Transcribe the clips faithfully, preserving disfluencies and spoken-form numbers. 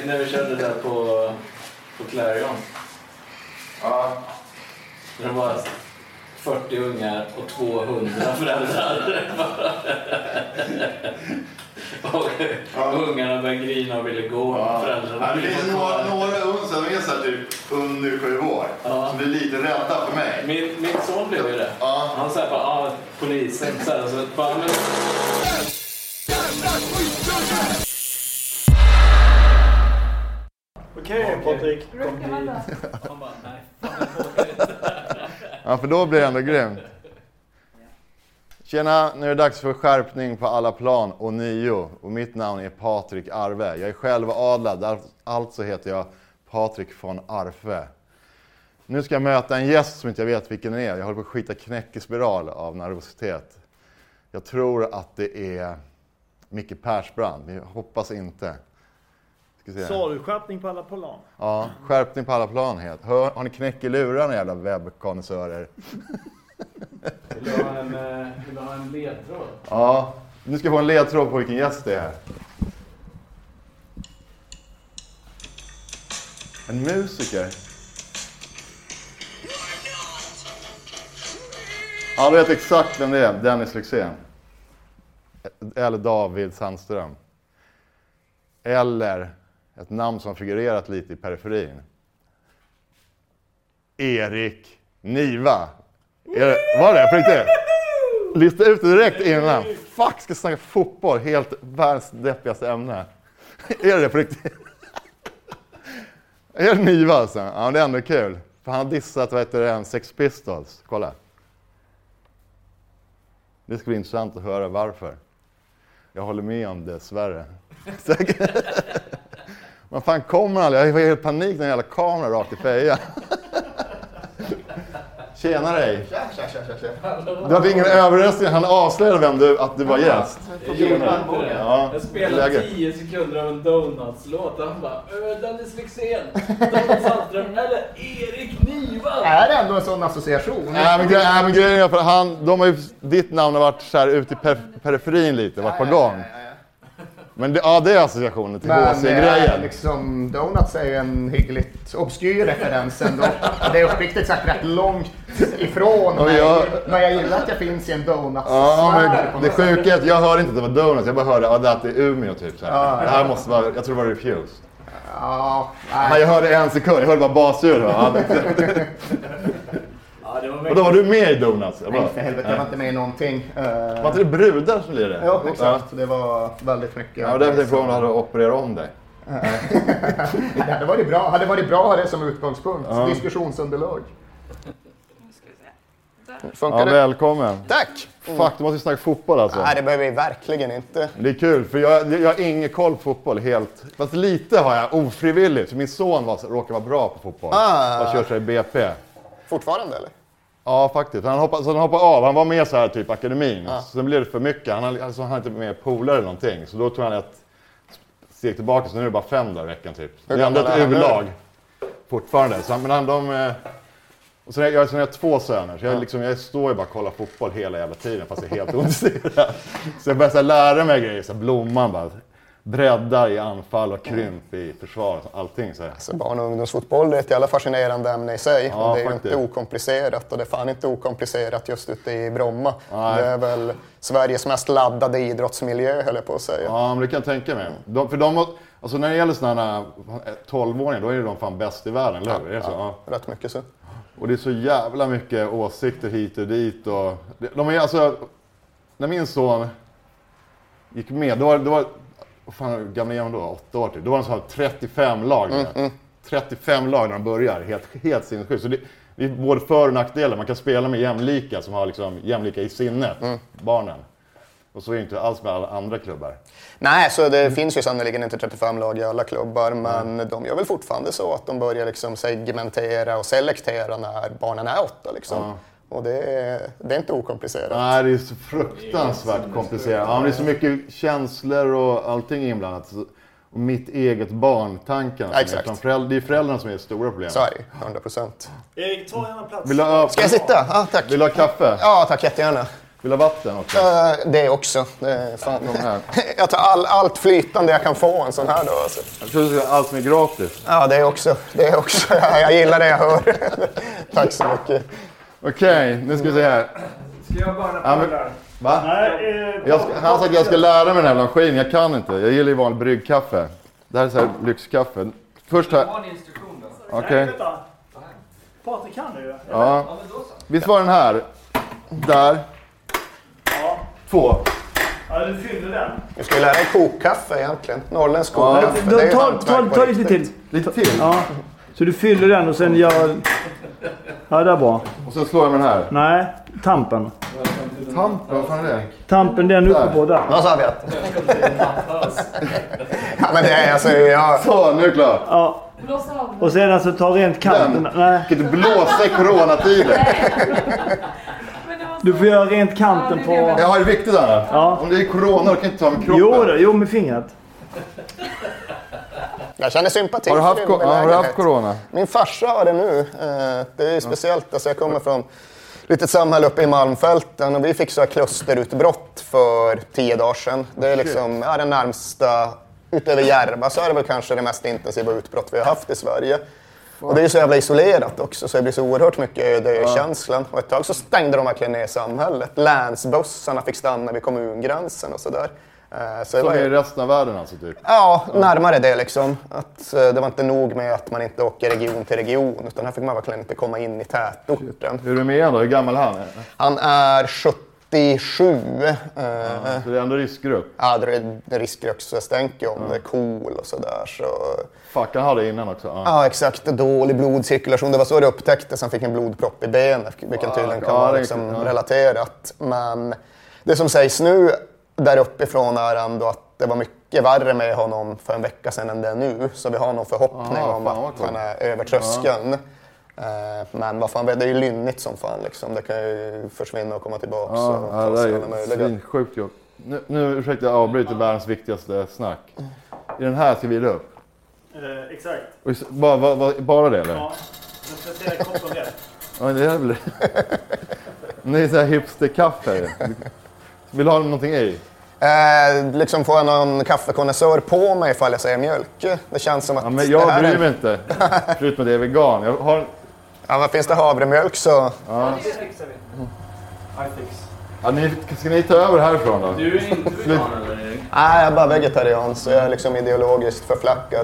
när vi körde där på, på Clarion? Ja. Det var fyrtio ungar och tvåhundra föräldrar. Och ja. Ungarna började grina och ville gå. Ja. Ja, det finns några, några ungar som är så här typ under sju år. Ja. Som blir lite rädda för mig. Min, min son blev ju det. Ja. Han sa bara, ah, polisen. Så här, så bara, men... Okej, okay, Patrik. Han bara, nej. Ja, för då blir det ändå grymt. Tjena, nu är det dags för skärpning på alla plan och nio. Och mitt namn är Patrik Arve. Jag är själv adlad, alltså heter jag Patrik von Arfe. Nu ska jag möta en gäst som inte jag vet vilken den är. Jag håller på att skita knäckespiral av nervositet. Jag tror att det är Micke Persbrandt, men jag hoppas inte. Sa du skärpning på alla plan? Ja, skärpning på alla plan helt. Hör, har ni knäck i lurarna jävla webbkonnässörer? Vill du ha en, vill du ha en ledtråd? Ja, nu ska jag få en ledtråd på vilken gäst det är. En musiker. Jag vet exakt vem det är. Dennis Lyxzén. Eller David Sandström. Eller ett namn som figurerat lite i periferin. Erik Niva. Är det, var det? På riktigt? Lista ut det direkt innan. Fuck, ska snacka fotboll. Helt världens deppigaste ämne. Är det på riktigt? Är det Niva alltså? Ja, det är ändå kul. För han har dissat, vad heter det, en Sex Pistols. Kolla. Det ska bli intressant att höra varför. Jag håller med om det, dessvärre. Man fan kommer aldrig. Jag har helt panik när jag jävla kamera rakt i fejan. Tjena dig. Tja, tja, tja, tja. Du hade ingen överraskning. Han avslöjade vem du, att du var gäst. Ja, jag spelade tio sekunder av en Donuts-låt och han bara, Dennis Lyxzén, David Sandström eller Erik Niva. Är det ändå en sån association? Nej, men, gre- nej, men grejen är för han, de har ju, ditt namn har varit så här ute i per- periferin lite, varit på gång. Men det, ja, det är associationen till H C-grejen. Men liksom, Donuts är ju en hyggligt obskyr referens ändå. Det är uppriktigt sagt rätt långt ifrån mig. Jag, men jag gillar att jag finns i en Donuts. Ja, men det sjuka är att jag hörde inte att det var Donuts. Jag bara hörde ja, det att det är Umeå typ. Så här. Ja, det här måste vara, jag tror det var Refused. Ja, nej. Jag hörde en sekund, jag hörde bara basljud. Ja, och då var du med i Donuts? Nej, för helvete, jag var inte med i någonting. Var inte det brudar som lirade? Ja, exakt. Ja. Det var väldigt mycket. Ja, och därför tänkte jag fråga om du hade opererat om dig. Det hade varit bra. Hade varit bra det som utgångspunkt. Ja. Diskussionsunderlag. Ja, välkommen. Tack! Mm. Fuck, du måste ju snacka fotboll alltså. Nej, det behöver vi verkligen inte. Det är kul, för jag, jag har ingen koll på fotboll helt. Fast lite har jag ofrivilligt. För min son var, råkar vara bra på fotboll. Ah. Och kör sig i B P. Fortfarande eller? Ja, faktiskt. Han hoppade, så han hoppade av. Han var med så här typ akademin. Ah. Så sen blev det för mycket. Han hade, alltså, han hade inte med polare eller någonting. Så då tog han ett steg tillbaka. Så nu är det bara fem dagar i veckan typ. Hur det är ändå ett U-lag. Fortfarande. Så, men han, de... Och så jag, jag, jag har två söner, så jag, liksom, jag står ju bara och kollar fotboll hela jävla tiden fast jag är helt ointresserad. Så jag börjar så här, lära mig grejer, så här, blomman bara, breddar i anfall och krymp i försvar, allting så här. Alltså, barn- och ungdomsfotboll är ett jävla fascinerande ämne i sig. Ja, och det är faktiskt. Ju inte okomplicerat och det är fan inte okomplicerat just ute i Bromma. Nej. Det är väl Sveriges mest laddade idrottsmiljö, höll jag på att säga. Ja, men det kan jag tänka mig. De, för de, alltså när det gäller sådana tolv-åringar, då är de fan bäst i världen, eller? Ja, är det så? Ja, rätt mycket så. Och det är så jävla mycket åsikter hit och dit. Och de är alltså, när min son gick med, då var det, var, vad fan gamla är han då? Åtta år till. Då var det så här trettiofem lag. Mm, mm. trettiofem lag när de börjar. Helt, helt sinnessjukt. Så det, det är både för- och nackdelar. Man kan spela med jämlika som har liksom jämlika i sinnet, mm. barnen. Och så är det inte alls med alla andra klubbar. Nej, så det mm. finns ju sannoliken inte trettiofem lag i alla klubbar. Men mm. de gör väl fortfarande så att de börjar liksom segmentera och selektera när barnen är åtta. Liksom. Mm. Och det är, det är inte okomplicerat. Nej, det är så fruktansvärt det är komplicerat. Ja, det är så mycket känslor och allting inblandat. Och mitt eget barn, tanken. Ja, exakt. Föräldrar, det är föräldrarna som är det stora problemet. Så är det, hundra procent. Erik, ta gärna plats. Vill du ha, ska jag sitta? Ja, tack. Vill du ha kaffe? Ja, tack jättegärna. Vill du ha vatten också? Uh, det också. Det är fan. De här. Jag tar all, allt flytande jag kan få en sån här då. Alltså. Jag tror du ska allt som är gratis. Ja, det är också. Det är också. Jag, jag gillar det jag hör. Tack så mycket. Okej, okay, nu ska vi se här. Ska jag bara ja, men, va? Nej, eh, jag ska, han sa att jag ska lära mig den här maskinen. Jag kan inte. Jag gillar ju vanlig bryggkaffe. Det här är så här lyxkaffe. Först här... Jag har en instruktion då. Okej. Okay. Patrik kan du ju. Ja. Visst var den här? Där. Ja. Två. Ja, du fyller den. Du ska lära dig kokkaffe egentligen. Norrländsk kokkaffe. Ja. Ta, ta, ta, ta lite till. Lite till? Ja. Så du fyller den och sen gör... Ja, det är bra. Och sen slår jag med den här? Nej, tampen. Tampen? Vad fan är det? Tampen, den uppe på där. Vad sa vi att? Ja, men det är alltså... Jag... Så, nu är det klart. Ja. Och sen alltså ta rent kanten. Den. Nej. Kan du blåsa i coronatider? Du får göra rent kanten på... Jag har det viktigt där. Ja. Om det är corona, då kan jag inte ta med kroppen. Jo, då, jo med fingret. Jag känner sympati. Har du haft, ko- har du haft corona? Min farsa har det nu. Det är speciellt. Alltså jag kommer från ett litet samhälle uppe i Malmfälten och vi fick så här klusterutbrott för tio dagar sedan. Det är liksom ja, den närmsta, utöver Järva så är det väl kanske det mest intensiva utbrott vi har haft i Sverige. Och det är ju så jävla isolerat också så det blir så oerhört mycket öde-känslan. Och ett tag så stängde de verkligen ner samhället. Länsbussarna fick stanna vid kommungränsen och sådär. Så det var i resten av världen alltså typ? Ja, närmare det liksom. Att, uh, det var inte nog med att man inte åker region till region utan här fick man verkligen inte komma in i tätorten. Hur är du med då? Hur gammal är han? Han är sjuttiosju. Ja, så det är ändå riskgrupp? Ja, det är en riskgrupp så jag stänker om ja. Det är cool och sådär. Så... Fuck, han hade det innan också? Ja. ja, exakt. Dålig blodcirkulation. Det var så det upptäcktes. Han fick en blodpropp i benet, vilken tydligen kan ja, vara liksom ja. relaterat. Men det som sägs nu där uppifrån är ändå att det var mycket värre med honom för en vecka sedan än det är nu. Så vi har någon förhoppning Aha, om att han är över tröskeln. Ja. Men vad fan, det är ju lynnigt som fan liksom. Det kan ju försvinna och komma tillbaka. Ja, och ja, det är svinsjukt jobb. Nu, nu ursäkta jag avbryter världens viktigaste snack. I den här ska vi vila upp. Eh, exakt. Och, bara, bara, bara det eller? Ja, jag ska se koppen rätt. Ja, det är väl det är så här hipsterkaffe. Vill du ha någonting i? Eh, liksom får jag någon kaffekonnässör på mig ifall jag säger mjölk. Det känns som att... Ja, men jag bryr mig är... inte. Förutom det är vegan. Jag har... Ja, men finns det havremjölk så... Ja, det fixar vi. iFix. Ja, ni, ska ni ta över härifrån då? Du är inte vegan eller? Nej, jag är bara vegetarian så jag är liksom ideologiskt förflackad.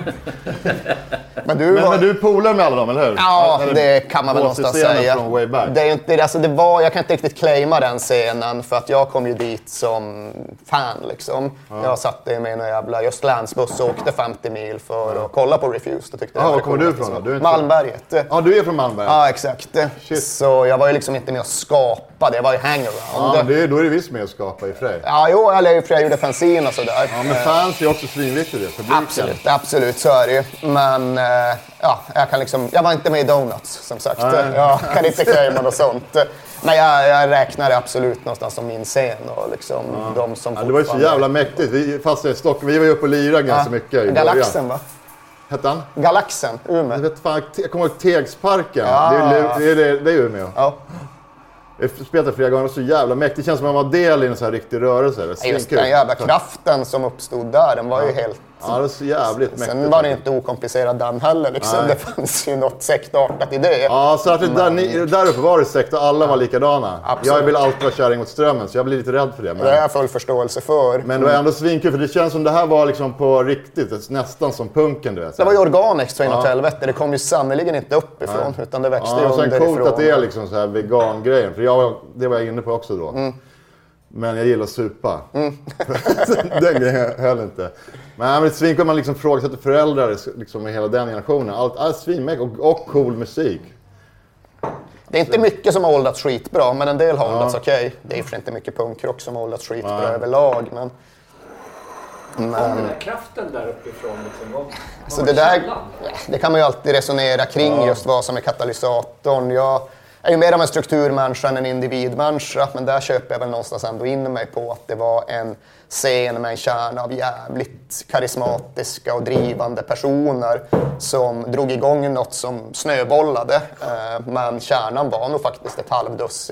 Men du, men, var... men du är polare med alla dem, eller hur? Ja, eller det kan man väl någonstans säga. Det är inte, alltså det var, jag kan inte riktigt claima den scenen för att jag kom ju dit som fan liksom. Ja. Jag satt i min jävla just länsbuss och åkte femtio mil för ja. att kolla på Refused. Tyckte ja, var kommer du ifrån då? Du är inte... Malmberget. Ja, du är från Malmberget? Ja, exakt. Shit. Så jag var ju liksom inte med att skapa det, jag var ju hangaround. Ja, det, då är det visst med att skapa i Frej. Ja, jo, eller i Frej gjorde fanzin och sådär. Ja, men fans är också svinviktigt det. Publiken. Absolut, absolut, så är det ju. Men ja, jag kan liksom, jag var inte med i Donuts som sagt. Nej. Jag kan inte claima något sånt. Men jag, jag räknar det absolut någonstans som min scen och liksom ja. de som ja, det var ju så jävla mäktigt. Vi fast i Stockholm, vi var ju uppe och lirade ganska ja. mycket i Galaxen va? Hette han? Galaxen, Umeå. Jag, vet, fan, jag kommer ihåg Tegsparken. Ja. Det, är, det, är, det, är, det är Umeå. Ja. Jag spelade flera gånger, det var så jävla mäktigt. Det känns som att man var del i en sån här riktig rörelse. Det just den jävla kraften som uppstod där, den var ja. ju helt... Ja, det var så jävligt mäktigt. Sen var det inte okomplicerad den heller liksom. Det fanns ju något sektartat i det. Ja, särskilt där, ni, där uppe var det sekt och alla var likadana. Absolut. Jag vill alltid vara kärring mot strömmen, så jag blir lite rädd för det. Men... Det har jag full förståelse för. Men det var ändå svinkul, för det känns som det här var liksom på riktigt, nästan som punken, du vet. Det var ju organiskt så inåt ja. helvete. Det kom ju sannoliken inte uppifrån, nej. utan det växte ja, ju underifrån. Sen coolt att det är liksom så här vegan-grejen, för jag, det var jag inne på också då. Mm. Men jag gillar att supa. Mm. Den grejen höll inte. Men det är svinkul att man liksom frågasätter föräldrar liksom, i hela den generationen. Allt är svinmäck och, och cool musik. Det är inte mycket som har åldrats skitbra, men en del har åldrats ja. okej. Okay. Det är för inte mycket punkrock som har åldrats skitbra ja. överlag. Men... Men... den där kraften där uppifrån liksom, vad, så det där, det kan man ju alltid resonera kring ja. just vad som är katalysatorn. Jag är ju mer av en strukturmänniska än en individmänniska, men där köper jag väl någonstans ändå in mig på att det var en scen med en kärna av jävligt karismatiska och drivande personer som drog igång något som snöbollade. Men kärnan var nog faktiskt ett halvdussin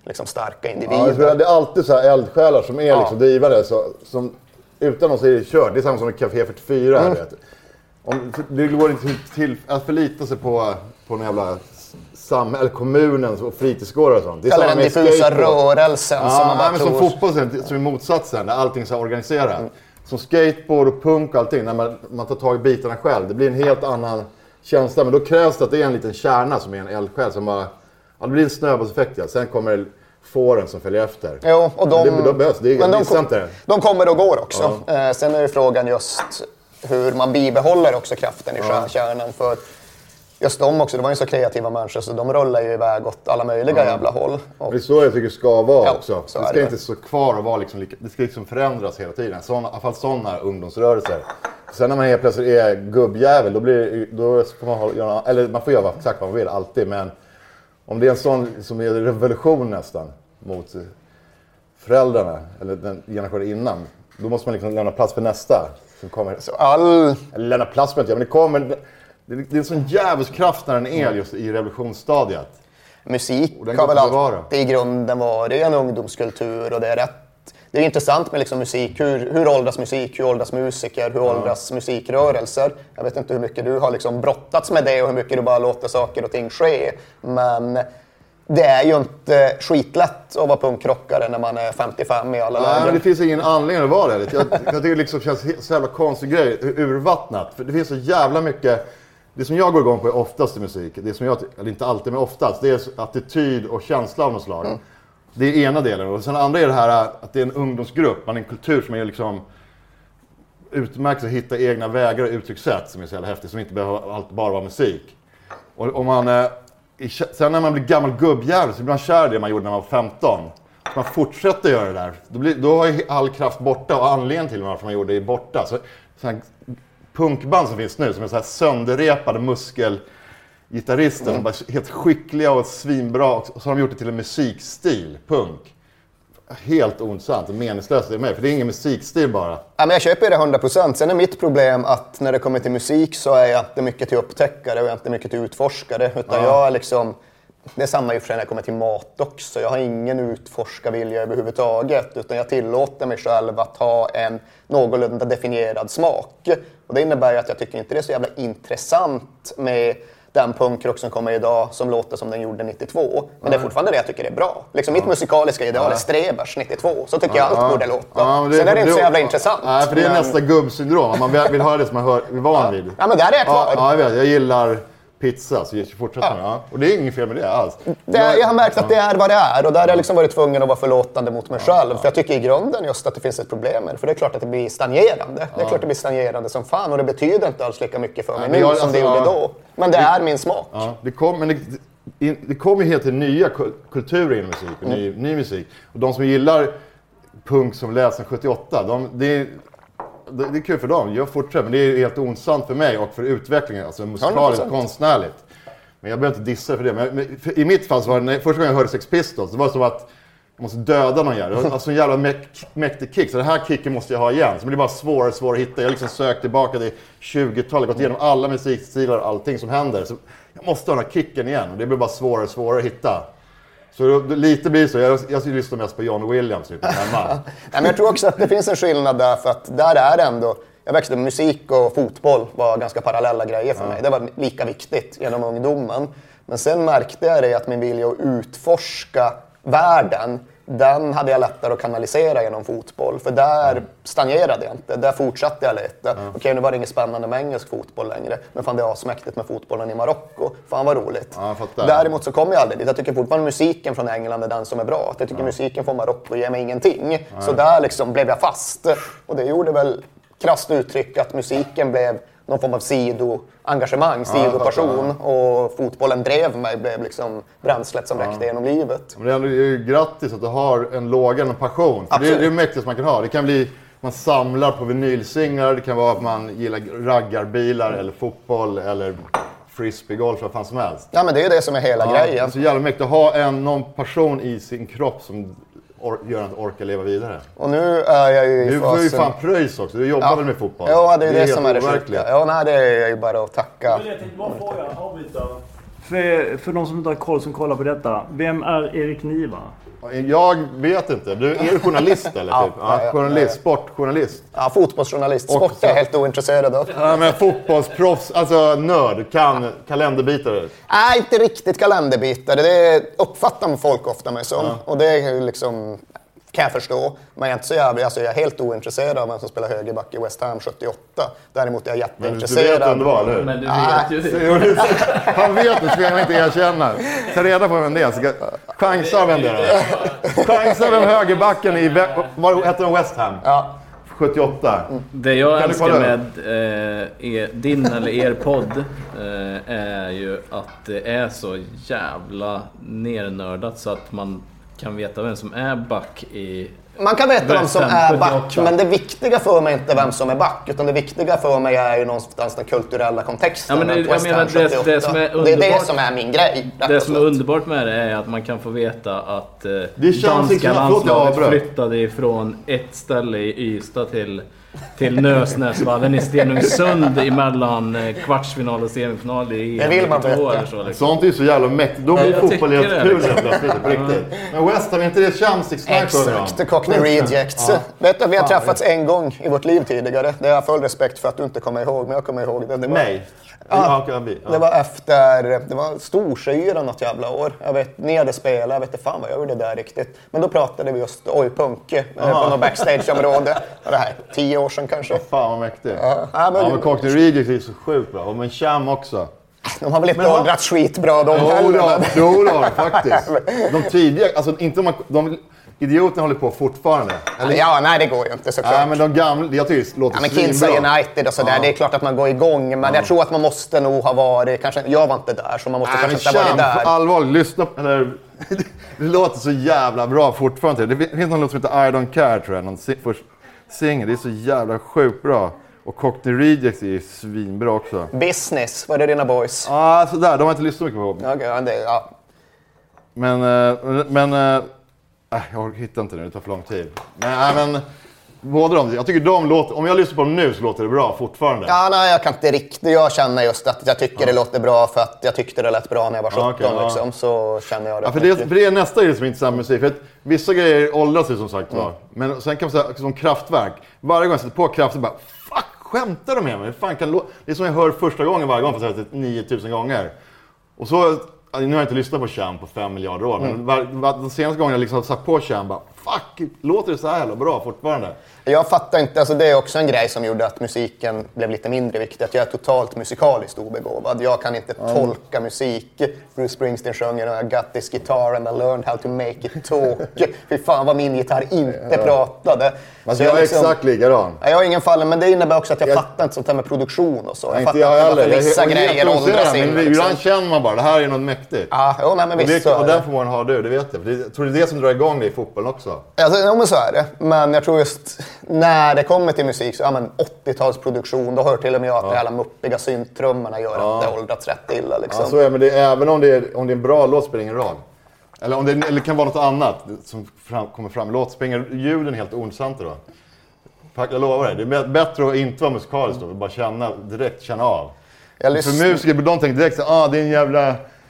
liksom starka individer. Ja, det är alltid så här eldsjälar som är ja. liksom drivare, så, som utan att säga kört. Det är samma som i Café fyrtiofyra. Mm. Vet. Om, det går inte till, till att förlita sig på, på en jävla samhälle, kommunen och fritidsgårdar och sånt. Det är eller den diffusa rörelsen ja, som man bara men tror. Som fotbollen, som är motsatsen, där allting är så organiserat. Mm. Som skateboard och punk och allting, när man, man tar tag i bitarna själv. Det blir en helt annan känsla, men då krävs det att det är en liten kärna som är en eldsjäl som bara... Ja, det blir en snöbollseffekt, ja. Sen kommer fåren som följer efter. Jo, och de, det, de behövs, det är, men de, kom, de kommer och går också. Ja. Eh, sen är ju frågan just hur man bibehåller också kraften i ja. kärnan. För just de också, de var ju så kreativa människor så de rullar ju iväg åt alla möjliga ja. jävla håll. Och... Det är så jag tycker det ska vara ja, också. Det ska det. inte stå kvar och vara liksom, lika, det ska liksom förändras hela tiden. Såna, I alla fall sådana ungdomsrörelser. Sen när man helt plötsligt är gubbjävel, då blir då ska man ha, eller man får göra exakt vad man vill alltid, men om det är en sån som är revolution nästan mot föräldrarna eller den generationen innan, då måste man liksom lämna plats för nästa som kommer. Så all... Eller lämna plats för det, men det kommer, det, det är en sån djävulskraft när den är just i revolutionsstadiet. Musik har väl alltid i grunden varit en ungdomskultur och det är rätt. Det är intressant med liksom musik. Hur, hur åldras musik? Hur åldras musiker? Hur ja. åldras musikrörelser? Jag vet inte hur mycket du har liksom brottats med det och hur mycket du bara låter saker och ting ske. Men det är ju inte skitlätt att vara punkrockare när man är femtiofem i alla lägen. Nej, det finns ingen anledning att vara det. Jag, jag tycker det liksom känns så jävla konstig grej. Urvattnat. För det finns så jävla mycket... Det som jag går igång på är oftast i musik. Det som jag, eller inte alltid, men oftast. Det är attityd och känsla av något slag. Mm. Det är ena delen. Och sen andra är det här att det är en ungdomsgrupp. Man är en kultur som är liksom utmärkt att hitta egna vägar och uttryckssätt som är så jävla häftigt. Som inte behöver allt bara vara musik. Och om man, sen när man blir gammal gubbjävel så blir man kär i det man gjorde när man var femton. Så man fortsätter göra det där. Då, blir, då har ju all kraft borta och anledningen till varför man gjorde det är borta. Så, så här punkband som finns nu som är så här sönderrepade muskel... gitarrister, mm. bara helt skickliga och svinbra, och så har de gjort det till en musikstil, punk. Helt osant och meningslöst det med, för det är ingen musikstil bara. Ja, men jag köper det hundra procent. Sen är mitt problem att när det kommer till musik så är jag inte mycket till upptäckare och jag är inte mycket till utforskare. Utan ja. jag är liksom, det är samma i och för sig när det kommer till mat också. Jag har ingen utforskarvilja överhuvudtaget, utan jag tillåter mig själv att ha en någorlunda definierad smak. Och det innebär ju att jag tycker inte det är så jävla intressant med den punkrock som kommer idag som låter som den gjorde nittiotvå. Men mm. det är fortfarande det jag tycker är bra. Liksom ja. Mitt musikaliska ideal är Strebers nittiotvå. Så tycker ja. jag allt borde låta. Ja, det, Sen är det inte så jävla intressant. Nej, för det är men... nästa gubbsyndrom. Man vill höra det som man hör, är van vid. Ja, men där är jag kvar. Ja, ja, jag vet. Jag gillar pizza, så jag fortsätter ja. ja. Och det är inget fel med det alls. Det, jag, jag har märkt att det är vad det är. Och där har jag liksom varit tvungen att vara förlåtande mot mig själv. Ja. För jag tycker i grunden just att det finns ett problem med det. För det är klart att det blir stagnerande. Ja. Det är klart att det blir stagnerande som fan. Och det betyder inte alls lika mycket för mig ja, nu jag, som alltså, det gjorde då. Men det, det är min smak. Ja, det kommer men det, det kom ju helt till nya kulturer inom musik. Och ny, mm. ny musik. Och de som gillar punk som läser sjuttioåtta, de, det är... Det är kul för dem, jag fortsätter, men det är helt osant för mig och för utvecklingen, alltså musikaliskt, konstnärligt. Men jag behöver inte dissa för det. Men för, i mitt fall så var det, när, första gången jag hörde Sex Pistols, det var så att jag måste döda någon jävla. Alltså en jävla mäk, mäktig kick, så den här kicken måste jag ha igen. Så det blir bara svårare och svårare att hitta. Jag har liksom sökt tillbaka till tjugotalet, gått igenom alla musikstilar och allting som händer. Så jag måste ha den här kicken igen och det blir bara svårare och svårare att hitta. Så lite blir så. Jag, jag lyssnar mest på John Williams. Typ, Nej, men jag tror också att det finns en skillnad där. För att där är det ändå... Jag växte upp, musik och fotboll var ganska parallella grejer för ja. mig. Det var lika viktigt genom ungdomen. Men sen märkte jag det att min vilja att utforska världen, den hade jag lättare att kanalisera genom fotboll. För där mm. stagnerade jag inte. Där fortsatte jag lite. Mm. Okej, nu var det inget spännande med engelsk fotboll längre. Men fan, det är asmäktigt med fotbollen i Marocko. Fan vad roligt. Ja, Däremot så kom jag aldrig dit. Jag tycker fortfarande musiken från England är den som är bra. Jag tycker ja. musiken från Marocko ger mig ingenting. Ja. Så där liksom blev jag fast. Och det gjorde väl krasst uttryck att musiken blev någon form av sidoengagemang, sidopassion. Ja, och fotbollen drev mig, blev liksom bränslet som räckte ja. genom livet. Men det är ju grattis att du har en lågan och passion. För det är det mäktigaste man kan ha. Det kan bli man samlar på vinylsinglar, det kan vara att man gillar raggarbilar eller fotboll eller frisbeegolf, vad fan som helst. Ja, men det är det som är hela ja, grejen. Så jävla mäktigt att ha en, någon passion i sin kropp som Or- gör att orka leva vidare. Och nu är jag ju i du fasen... Du får ju fan pröjs också. Du jobbar ja. väl med fotboll? Ja, det är det, det är som är det sjuka. Ja, nej, det är ju bara att tacka. Jag tänkte, vad får jag avbyta? För, för de som inte har koll som kollar på detta, vem är Erik Niva? Jag vet inte. Du är du journalist eller typ? Ja, ja, journalist, ja, ja. Sportjournalist. Ja, fotbollsjournalist. Sport är jag helt ointresserad av. Ja, men fotbollsproffs, alltså nörd, kan kalenderbitare. Nej, inte riktigt kalenderbitare. Det uppfattar folk ofta mig som. Ja. Och det är liksom, kan jag förstå. Men jag är inte så jävla, alltså jag är helt ointresserad av vem som spelar högerback i West Ham sjuttioåtta. Däremot är jag jätteintresserad. Men du vet vem det var, eller hur? Men du vet ju det. Han vet det, ska jag inte erkänna. Ta reda på vem det är. Ska chansa vem det är. Chansa vem högerbacken i, vad heter den, West Ham? Ja. sjuttioåtta. Mm. Det jag kan älskar med eh, er, din eller er podd eh, är ju att det är så jävla nernördat så att man kan veta vem som är back i... Man kan veta vem som är back, men det viktiga för mig är inte vem som är back, utan det viktiga för mig är ju någonstans den kulturella kontexten. Ja, men det, jag menar, det, det, som är det är det som är min grej. Det som är underbart med det är att man kan få veta att eh, det danska landslaget flyttade ifrån ett ställe i Ystad till... till Nösnäsvallen i Stenungsund emellan kvartsfinal och semifinal i det vill man veta. Eller så, liksom. Sånt är ju så jävla mäktigt. Då blir ja, fotboll helt kul plötsligt på riktigt. Men West Ham, är inte det Chamstick-snack? Exakt, Cockney Rejects. Ja. Vet du, vi har ja, träffats ja. en gång i vårt liv tidigare. Det har jag full respekt för att du inte kommer ihåg, men jag kommer ihåg det. Det var, Nej. Ja, ja. Det var efter, det var Storsyra något jävla år. Jag vet, ni hade spelat, jag vet inte fan vad jag gjorde där riktigt. Men då pratade vi just oj punk på något backstage-område. Det här, tio år sedan kanske. Fan vad mäktigt. Ja, ja men, ja, men Cockney Rejects är så sjukt bra. Och men Cham också. De har väl inte åldrats skitbra de jo, heller. Då, jo då, faktiskt. De tidiga, alltså inte om man... De, idioterna håller på fortfarande. Eller? Ja, nej det går ju inte såklart. Ja, men de gamla, jag tycker det låter ja, men Kinsa United och sådär, ja. Det är klart att man går igång. Men ja. jag tror att man måste nog ha varit, kanske, jag var inte där så man måste nej, kanske inte ha varit där. Allvarligt, lyssna, eller, det låter så jävla bra fortfarande. Det finns någon låt som heter I Don't Care tror jag, någon singel, det är så jävla sjukt bra. Och Cockney Rejects är svinbra också. Business, var det dina boys? Ja, ah, sådär, de har inte lyssnat mycket på. Okej, okay, det, ja. Men, men... Äh, jag hittar inte det, det tar för lång tid. Men, äh, men båda de, jag tycker de låter, om jag lyssnar på dem nu så låter det bra fortfarande. Ja, nej, jag kan inte riktigt, jag känner just att jag tycker ja. det låter bra för att jag tyckte det lät bra när jag var sjutton ja, okay, liksom, ja. så känner jag det. Ja, för, det för det är nästa grej som är intressant musik, för att vissa grejer åldras ju som sagt var. Mm. Men sen kan man säga som Kraftwerk, varje gång jag sätter på Kraftwerk bara, fuck, skämtar de med mig? Fan kan lå-? Det är som jag hör första gången varje gång för att säga nio tusen gånger. Och så... Nu har jag inte lyssnat på Cham på fem miljarder år, men mm. var, var, den senaste gången jag liksom satt på Cham bara, fuck, låter det så här eller bra fortfarande? Jag fattar inte, alltså det är också en grej som gjorde att musiken blev lite mindre viktig, att jag är totalt musikaliskt obegåvad. Jag kan inte mm. tolka musik. Bruce Springsteen sjunger I got this guitar and I learned how to make it talk. Fy fan vad min gitarr inte ja. pratade. Alltså jag är liksom, exakt likadan. Jag har ingen fall, men det innebär också att jag, jag fattar inte sånt här med produktion och så. Jag inte fattar jag inte varför vissa jag, grejer åldras in. Men ibland liksom. Känner man bara, det här är något mäktigt. Ja, jo, nej, men visst så. Och den förmågan har du, det vet jag. Jag tror det är det som drar igång dig i fotbollen också. Alltså, ja, men så är det. Men jag tror just när det kommer till musik så ja, men åttiotalsproduktion, då hör till och med jag att ja. de här muppiga syntrummorna gör ja. att det åldrats rätt illa. Liksom. Ja, så är, men det är, även om det är, om det är en bra låt spelar ingen roll. Eller om det eller kan vara något annat som fram, kommer fram. Låt spelar ljuden helt ointressanta då. Jag lovar dig, det är bättre att inte vara musikalisk då, bara känna, direkt känna av. För musiker, de tänker direkt att ah, det är en jävla...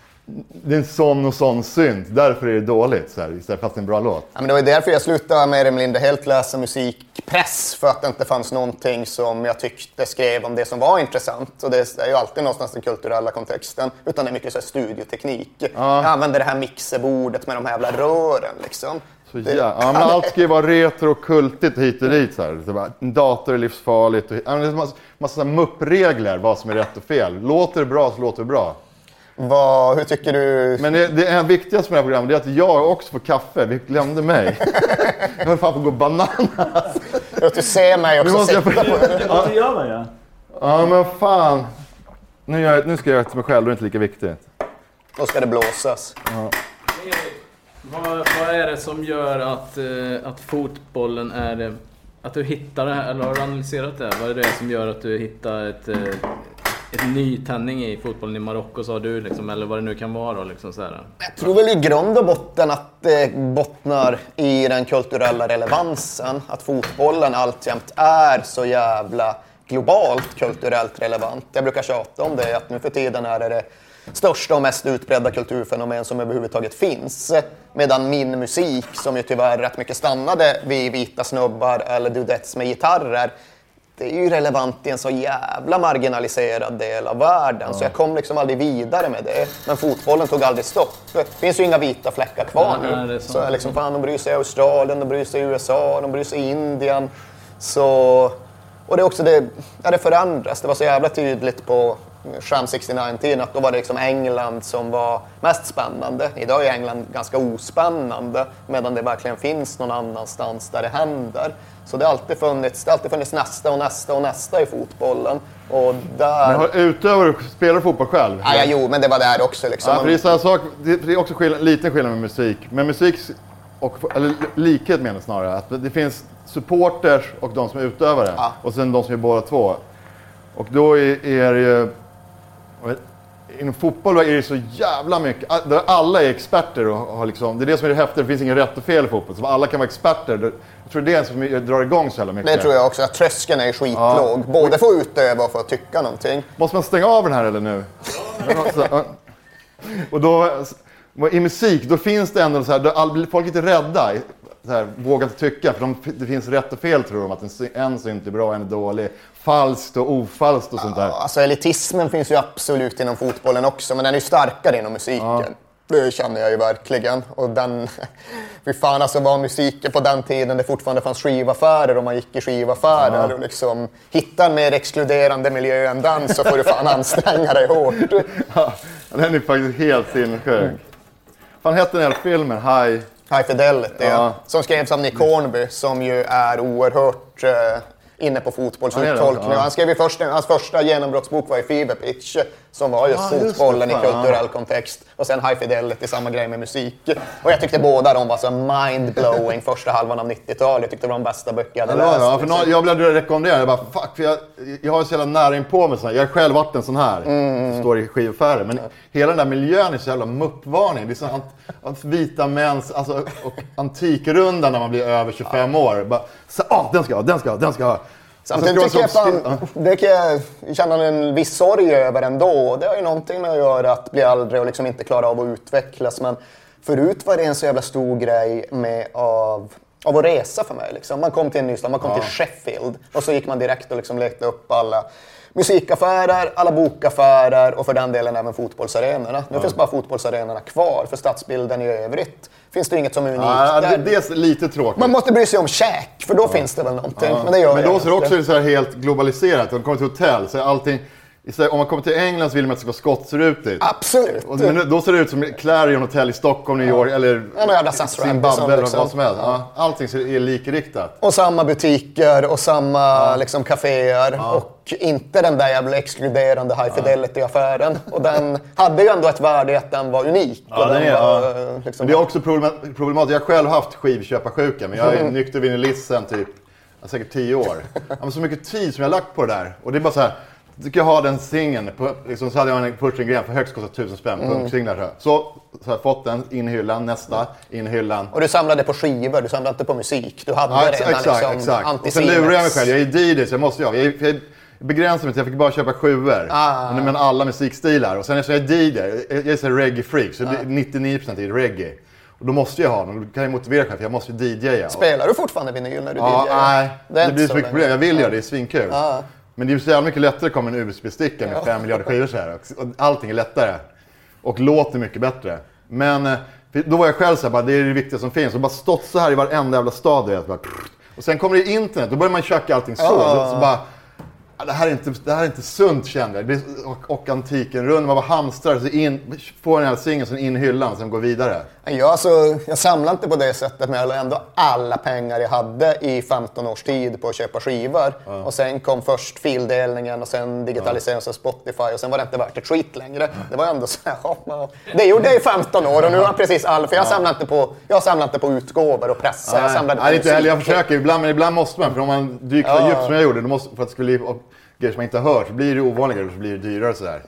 Det är en sån och sån synt, därför är det dåligt så här, istället för att det är en bra låt. Ja, men det var därför jag slutade med eller mindre helt läsa musikpress, för att det inte fanns någonting som jag tyckte skrev om det som var intressant. Och det är ju alltid någonstans den kulturella kontexten, utan det är mycket så här studioteknik. Ja. Jag använder det här mixerbordet med de här jävla rören liksom. Så det, ja, ja, men allt ska ju vara retro och kultigt hit och dit så här. Så bara, en dator är livsfarligt och, ja, det är en massa, massa muppregler vad som är rätt och fel. Låter det bra så låter det bra. Vad, hur tycker du? Men det, det är viktigaste med det här programmet är att jag också får kaffe. Vi glömde mig. Jag höll fan på att gå bananas. Jag du ser mig också sitta på det. Det måste göra, ja. Ja, men fan. Nu, gör jag, nu ska jag göra det till mig själv, det är inte lika viktigt. Då ska det blåsas. Ja. Vad, vad är det som gör att, eh, att fotbollen är... Att du hittar det här, eller har du analyserat det? Vad är det som gör att du hittar ett... Eh, ett nytändning i fotbollen i Marocko, sa du liksom, eller vad det nu kan vara liksom så här. Jag tror väl i grund och botten att det bottnar i den kulturella relevansen, att fotbollen alltjämt är så jävla globalt kulturellt relevant. Jag brukar tjata om det, att nu för tiden är det det största och mest utbredda kulturfenomen som överhuvudtaget finns. Medan min musik, som ju tyvärr rätt mycket stannade vid vita snubbar eller dudettes med gitarrer, det är ju relevant i en så jävla marginaliserad del av världen. Ja. Så jag kom liksom aldrig vidare med det. Men fotbollen tog aldrig stopp. Det finns ju inga vita fläckar kvar ja, nu. Så jag liksom, fan, de bryr sig i Australien, de bryr sig i U S A, de bryr sig i Indien. Så... Och det är också det, ja, det förändras. Det var så jävla tydligt på Sham sextionio-tiden att då var det liksom England som var mest spännande. Idag är England ganska ospännande, medan det verkligen finns någon annanstans där det händer. Så det har alltid funnits, det har alltid funnits nästa och nästa och nästa i fotbollen. Och där... Men har utöver spelar fotboll själv? Ja, ja, jo, men det var där också. Liksom. Ja, för det är samma sak, det är också skillnad, liten skillnad med musik. Men musik, och, eller likhet menar snarare, att det finns supporters och de som är utövare. Ja. Och sen de som är båda två. Och då är, är det ju... Inom fotboll är det så jävla mycket. Där alla är experter och har liksom, det är det som är det häftiga. Det finns ingen rätt och fel i fotboll. Så alla kan vara experter. Jag tror det är det som drar igång så jävla mycket. Det tror jag också. Att tröskeln är skitlåg. Ja. Både för att utöva och för att tycka någonting. Måste man stänga av den här eller nu? Och då, i musik, då finns det ändå så här, då folk är lite rädda. Så här, vågar inte tycka, för de, det finns rätt och fel tror de. Att en, en synt är bra, en är dålig. Falskt och ofalskt och sånt där. Ja, alltså elitismen finns ju absolut inom fotbollen också, men den är ju starkare inom musiken. Ja. Det känner jag ju verkligen. Och den, fy fan alltså var musiken på den tiden det fortfarande fanns skivaffärer och man gick i skivaffärer ja. Och liksom hitta en mer exkluderande miljö än den så får du fan anstränga dig hårt. Ja, den är faktiskt helt sinnessjuk. Fan heter den här filmen? High... High Fidelity, ja. Som skrevs av Nick Hornby, som ju är oerhört eh, inne på fotbollsuttolkning. Ja. Han skrev ju först, hans första genombrottsbok var i Fever Pitch, som var just ja, fotbollen just det, i kulturell kontext. Och sen High Fidelity, samma grej med musik. Och jag tyckte båda de var så mind-blowing första halvan av nittiotalet. Jag tyckte det var de bästa böcker jag hade ja, läst. Ja, för liksom. Jag blev rekommenderad. Jag bara, fuck, för jag, jag har så jävla nära in på mig sån här. Jag har själv varit en sån här, mm. som står i skivaffärer. Men ja. Hela den där miljön är så jävla muppvarning. Det är så att vita mäns, alltså, och antikrundan när man blir över tjugofem ja. År. Bara, så, ah, den ska jag ha, den ska jag ha, den ska jag ha. Samtidigt tycker jag fan, det kan jag känna en viss sorg över ändå. Det har ju någonting med att göra att bli äldre och liksom inte klara av att utvecklas. Men förut var det en så jävla stor grej med av, av att resa för mig. Liksom. Man kom till en ny stad, man kom ja. Till Sheffield. Och så gick man direkt och liksom letade upp alla musikaffärer, alla bokaffärer och för den delen även fotbollsarenorna. Nu ja. Finns bara fotbollsarenorna kvar för stadsbilden i övrigt. Finns det inget som är unikt ja, där. Det är lite tråkigt. Man måste bry sig om käk, för då ja. Finns det väl någonting. Ja. Men, det gör men då är det också så här helt globaliserat. Om man kommer till hotell så är allting... Om man kommer till England så vill man att det ska vara skottserutigt. Absolut. Och, men då ser det ut som Clarion Hotel i Stockholm, New York ja. Eller ja, Zimbabwe eller liksom. Vad som helst. Ja. Allting är likriktat. Och samma butiker och samma ja. Liksom, kaféer. Ja. Och inte den där jävla exkluderande High Fidelity-affären. Och den hade ju ändå ett värde att den var unik. Ja, och den är, var, ja. liksom, det är också problematiskt. Jag har själv haft skivköparsjuka, men jag är nykter vinylist sen typ säkert tio år. Jag har så mycket tid som jag har lagt på det där. Och det är bara så här... Tycker jag har den singeln, liksom, så hade jag en Pushing-gren för högst kostat tusen spänn på mm. singlar. Så, så har jag fått den, in i hyllan, nästa, in i hyllan. Och du samlade på skivor, du samlade inte på musik. Du hade ja, redan exakt, liksom exakt. Och sen lurar jag mig själv, jag är D J så jag måste jag. Jag, jag begränsar mig till, jag fick bara köpa sjuor. Ah. Men alla musikstilar. Och sen är jag D J, jag är så reggae-freak, så ah. nittionio procent är reggae. Och då måste jag ha den, då kan jag motivera själv för jag måste ju D J:a. Spelar du fortfarande vinyl när du ja, D J:ar? Nej, det, det blir så mycket problem. Jag vill göra det, det är svinkul. Ah. Men det är så jävla mycket lättare att komma en U S B-sticka med fem miljarder skivor så här. Och allting är lättare. Och låter mycket bättre. Men då var jag själv så här, bara, det är det viktiga som finns. Och bara stått så här i varenda jävla stad. Bara, och sen kommer det internet, då börjar man köka allting så. Ja. Så bara, det här är inte, det här är inte sunt kände jag. Och, och antiken runt, man bara hamstrar så in, får den här singeln sen in i hyllan och sen går vidare. Ja, alltså, jag samlar inte på det sättet, men jag la ändå alla pengar jag hade i femton års tid på att köpa skivor. Ja. Och sen kom först fildelningen och sen digitaliseringen ja. Av Spotify och sen var det inte värt ett skit längre. Ja. Det var ändå så här, ja, det gjorde jag i femton år och nu har jag precis all, för jag samlar inte på, jag samlar inte på utgåvor och pressar. Jag samlade på nej, inte heller, jag försöker ibland, men ibland måste man, för om man dyker så ja. Djupt som jag gjorde, då måste, för att det skulle bli grejer som man inte hör, så blir det ovanligare och så blir det dyrare sådär.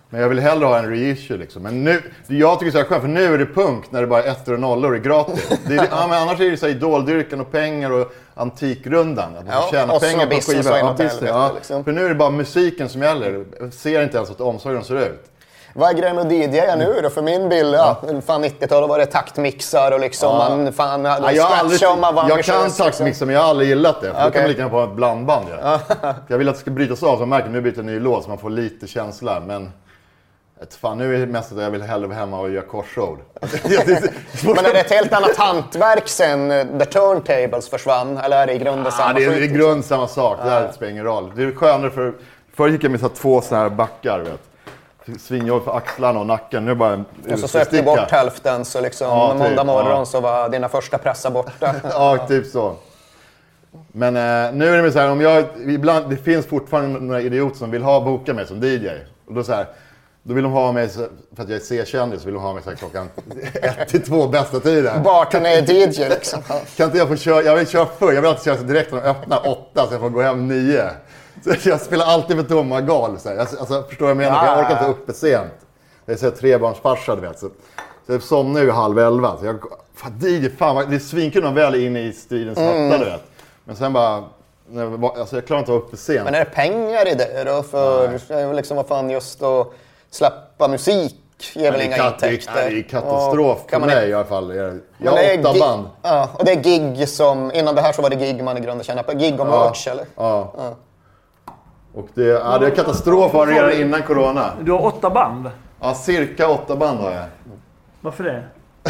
Men jag vill hellre ha en reissue liksom. Men nu, jag tycker det är så skönt, för nu är det punk när det bara är ettor och nollor och gratis. Det är, ja, men annars är det så här idoldyrkan och pengar och antikrundan. Att man får tjäna ja, pengar på skivor. Ja, helvete, ja. liksom. För nu är det bara musiken som gäller. Jag ser inte ens att omsorgen ser ut. Vad är grejen med D J nu då? För min bild, ja, fan nittiotalet var det taktmixar och liksom ja. man fan hade ja, jag, aldrig, man var jag kan taktmixa liksom. Men jag har aldrig gillat det. För okay. Då kan man lika gärna på ett blandband. Ja. Jag vill att det ska brytas av så man märker nu byter en ny låt så man får lite känsla. Men ett, fan, nu är det mest att jag vill hellre vara hemma och göra korsord. Men är det ett helt annat hantverk sen The Turntables försvann? Eller är det i grunden samma sak? Ja, det är i grunden liksom? samma sak. Det här spelar ingen roll. Det är skönare för... Förr gick jag med så två såna här backar, vet. Svinjobb för axlarna och nacken. Nu bara och så sökte du bort hälften så liksom ja, typ, måndag morgon ja. Så var dina första pressar borta. Ja, typ så. Men eh, nu är det så här, om jag, ibland, det finns fortfarande några idioter som vill ha boka mig som D J. Och då så här, då vill de ha mig, för att jag är C-kändis, så vill de ha mig så här klockan ett till två bästa tiden. Barton är D J liksom. Kan inte jag få köra, jag vill köra förr, jag vill alltid köra så direkt när de öppnar åtta så jag får gå hem nio. Så jag spelar alltid med tomma gal. Så här. Alltså, förstår vad jag menar? Ja, jag orkar inte uppe sent. Jag är så här trebarnsfarsa, du vet. Så, så jag somnar ju halv elva. Så jag, fan, D J, fan, det är svinkul när väl inne i stridens hetta, mm. du vet. Men sen bara, alltså jag klarar inte att vara uppe sent. Men är det pengar i det då? För ja. Liksom, vad fan, just att släppa musik ger väl inga intäkter? Det är katastrof för mig man... i alla fall. Jag, jag har åtta band. Ja, och det är gig som, innan det här så var det gig man i grunden tjänar på. Gig och merch, ja. eller? Ja. ja. Och det, ja, det är katastrof redan innan corona. Du har åtta band? Ja, cirka åtta band har jag. Varför det?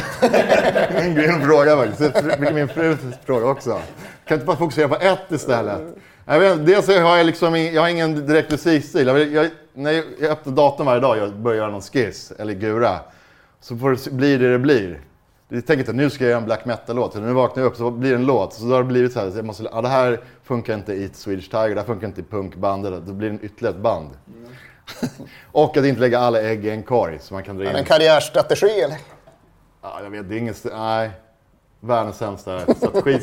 En grym fråga faktiskt. Vilket min fru fråga också. Kan inte bara fokusera på ett istället? Jag vet, dels har jag liksom, jag har ingen direkt musikstil. Jag, jag, när jag öppnar datorn varje dag och börjar göra någon skiss eller gura. Så får det bli det det blir. Jag tänker inte att nu ska jag göra en black metal-låt. Nu vaknar jag upp så blir det en låt. Så då har det blivit så här. Så jag måste, ja, det här funkar inte i Swedish Tiger. Det här funkar inte i punkbandet. Då blir det en ytterligare ett band. Mm. Och att inte lägga alla ägg i en korg. Så man kan dra in. En karriärstrategi eller? Ja, jag vet. Det är ingen... Nej. Världens sämsta strategi.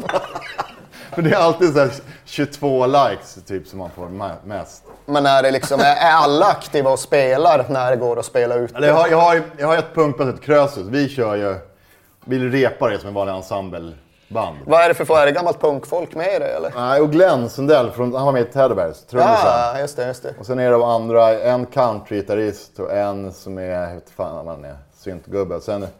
För det är alltid så här tjugotvå likes typ som man får mest. Men är det liksom, är alla aktiva och spelar när det går att spela ut? Jag har, jag har, jag har ett punkband, ett Krösus. Vi kör ju, vi repar det som en vanlig ensembleband. Vad är det för folk? Är det gammalt punkfolk med i det eller? Nej, och Glenn Sundell, från, han var med i Teddy Bears, trummisen. Ja, just det, just det. Och sen är det de andra, en country-gitarrist och en som är, jag vet fan vad han är, syntgubbe. Och sen,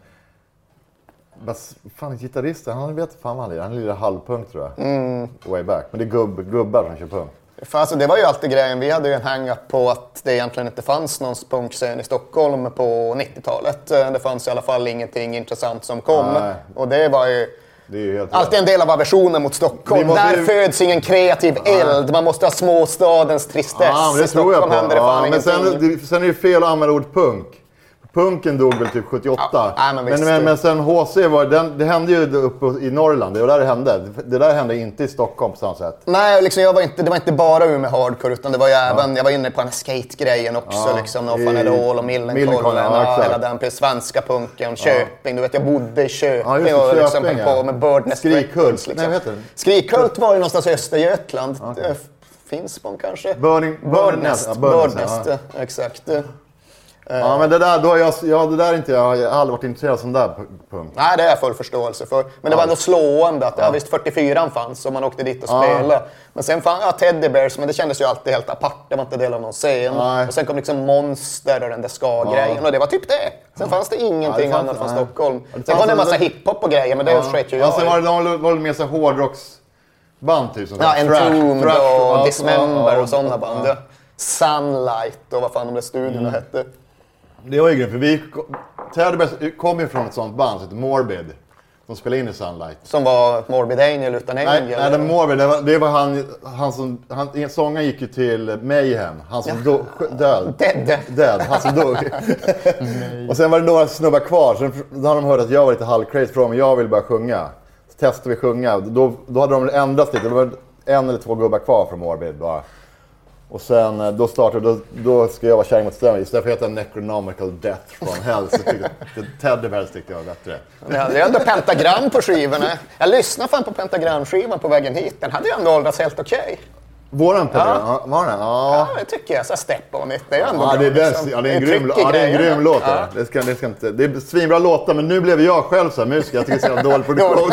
Bas, fan, gitarristen, han vet fan vad han är. Han är lite halvpunk tror jag. Mm. Way back. Men det är gubb, gubbar som kör punk. För alltså, det var ju alltid grejen. Vi hade ju en hang-up på att det egentligen inte fanns någon punkscen i Stockholm på nittiotalet. Det fanns i alla fall ingenting intressant som kom. Nej. Och det var ju... Det är ju helt alltid en del av aversionen mot Stockholm. Där ju... föds ingen kreativ eld. Man måste ha småstadens tristess. Ja, det I Stockholm tror jag på. händer det fan ja, men ingenting. sen, sen är det fel att använda ord punk. Punken dog väl typ sjuttioåtta. Ja, men, men, men, men sen H C var, den, det hände ju uppe i Norrland. Det var där det hände. Det där hände inte i Stockholm på samma sätt. Nej, liksom, jag var inte, det var inte bara Umeå hardcore utan det var ju ja. även, jag var inne på den här skate-grejen också. Ja. Liksom, No Fun At All och Millencolin. Ja, hela den svenska punken. Köping, ja. Du vet jag bodde i Köping ja, och liksom höll på med Birdnest. Skrikhult. Liksom. Nej, vad heter det? Skrikhult var ju någonstans i Östergötland. Okay. Finspång kanske? Burning, Birdnest. Ja, Birdnest, Birdnest ja. Exakt. Ja, men det där, då jag, ja, det där inte, jag har aldrig varit intresserad av sån där punkt. Nej, det är jag full förståelse för. Men det var ändå slående att ja. Ja, visst fyrtiofyran fanns och man åkte dit och spelade. Ja. Men sen fann ja, Teddy Bears, men det kändes ju alltid helt apart. Det var inte del av någon scen. Nej. Och sen kom liksom Monster och den där ska-grejen. Ja. Och det var typ det. Sen fanns det ingenting ja, det annat från nej. Stockholm. Sen ja, var det en massa hiphop och grejer, men det ja. sket ju jag. Ja, sen var det, de var det mer så hårdrocksband typ. Som ja, Entombed och, och Dismember och, och sådana band. Ja. Sunlight och vad fan de där studierna mm. hette. Det var ju grymt, för vi kom ju från ett sånt band som heter Morbid. Som spelade in i Sunlight. Som var Morbid Angel utan Angel? Nej, nej det, Morbid, det, var, det var han, han som... Han, sången gick ju till Mayhem. Han som ja. do, död. Dead. Dead, han som dog. Och sen var det några snubbar kvar. Så då hade de hört att jag var lite halvcrazy från mig. Jag ville bara sjunga. Så testade vi sjunga. Då, då hade de ändrat lite. Det var en eller två gubbar kvar från Morbid bara. Och sen då startade, då, då ska jag vara kärring mot strömmen. Istället för att heta Necronomical Death from Hell så tyckte jag, Teddy Bears tyckte jag var bättre. Ja, det är ändå pentagram på skivorna. Jag lyssnade fan på pentagramskivan på vägen hit. Den hade ju ändå åldrats helt okej. Okay. Våran på ja. Var den? Ja. Ja, det tycker jag. Så Step On It. Det är ändå ja, bra. Det är, bäst. Liksom. Ja, det är en grym, ja, det är en grym låt. Ja. Det, ska, det, ska inte, det är svinbra låtar, men nu blev jag själv så här musiker. Jag tycker det är så dålig produktion.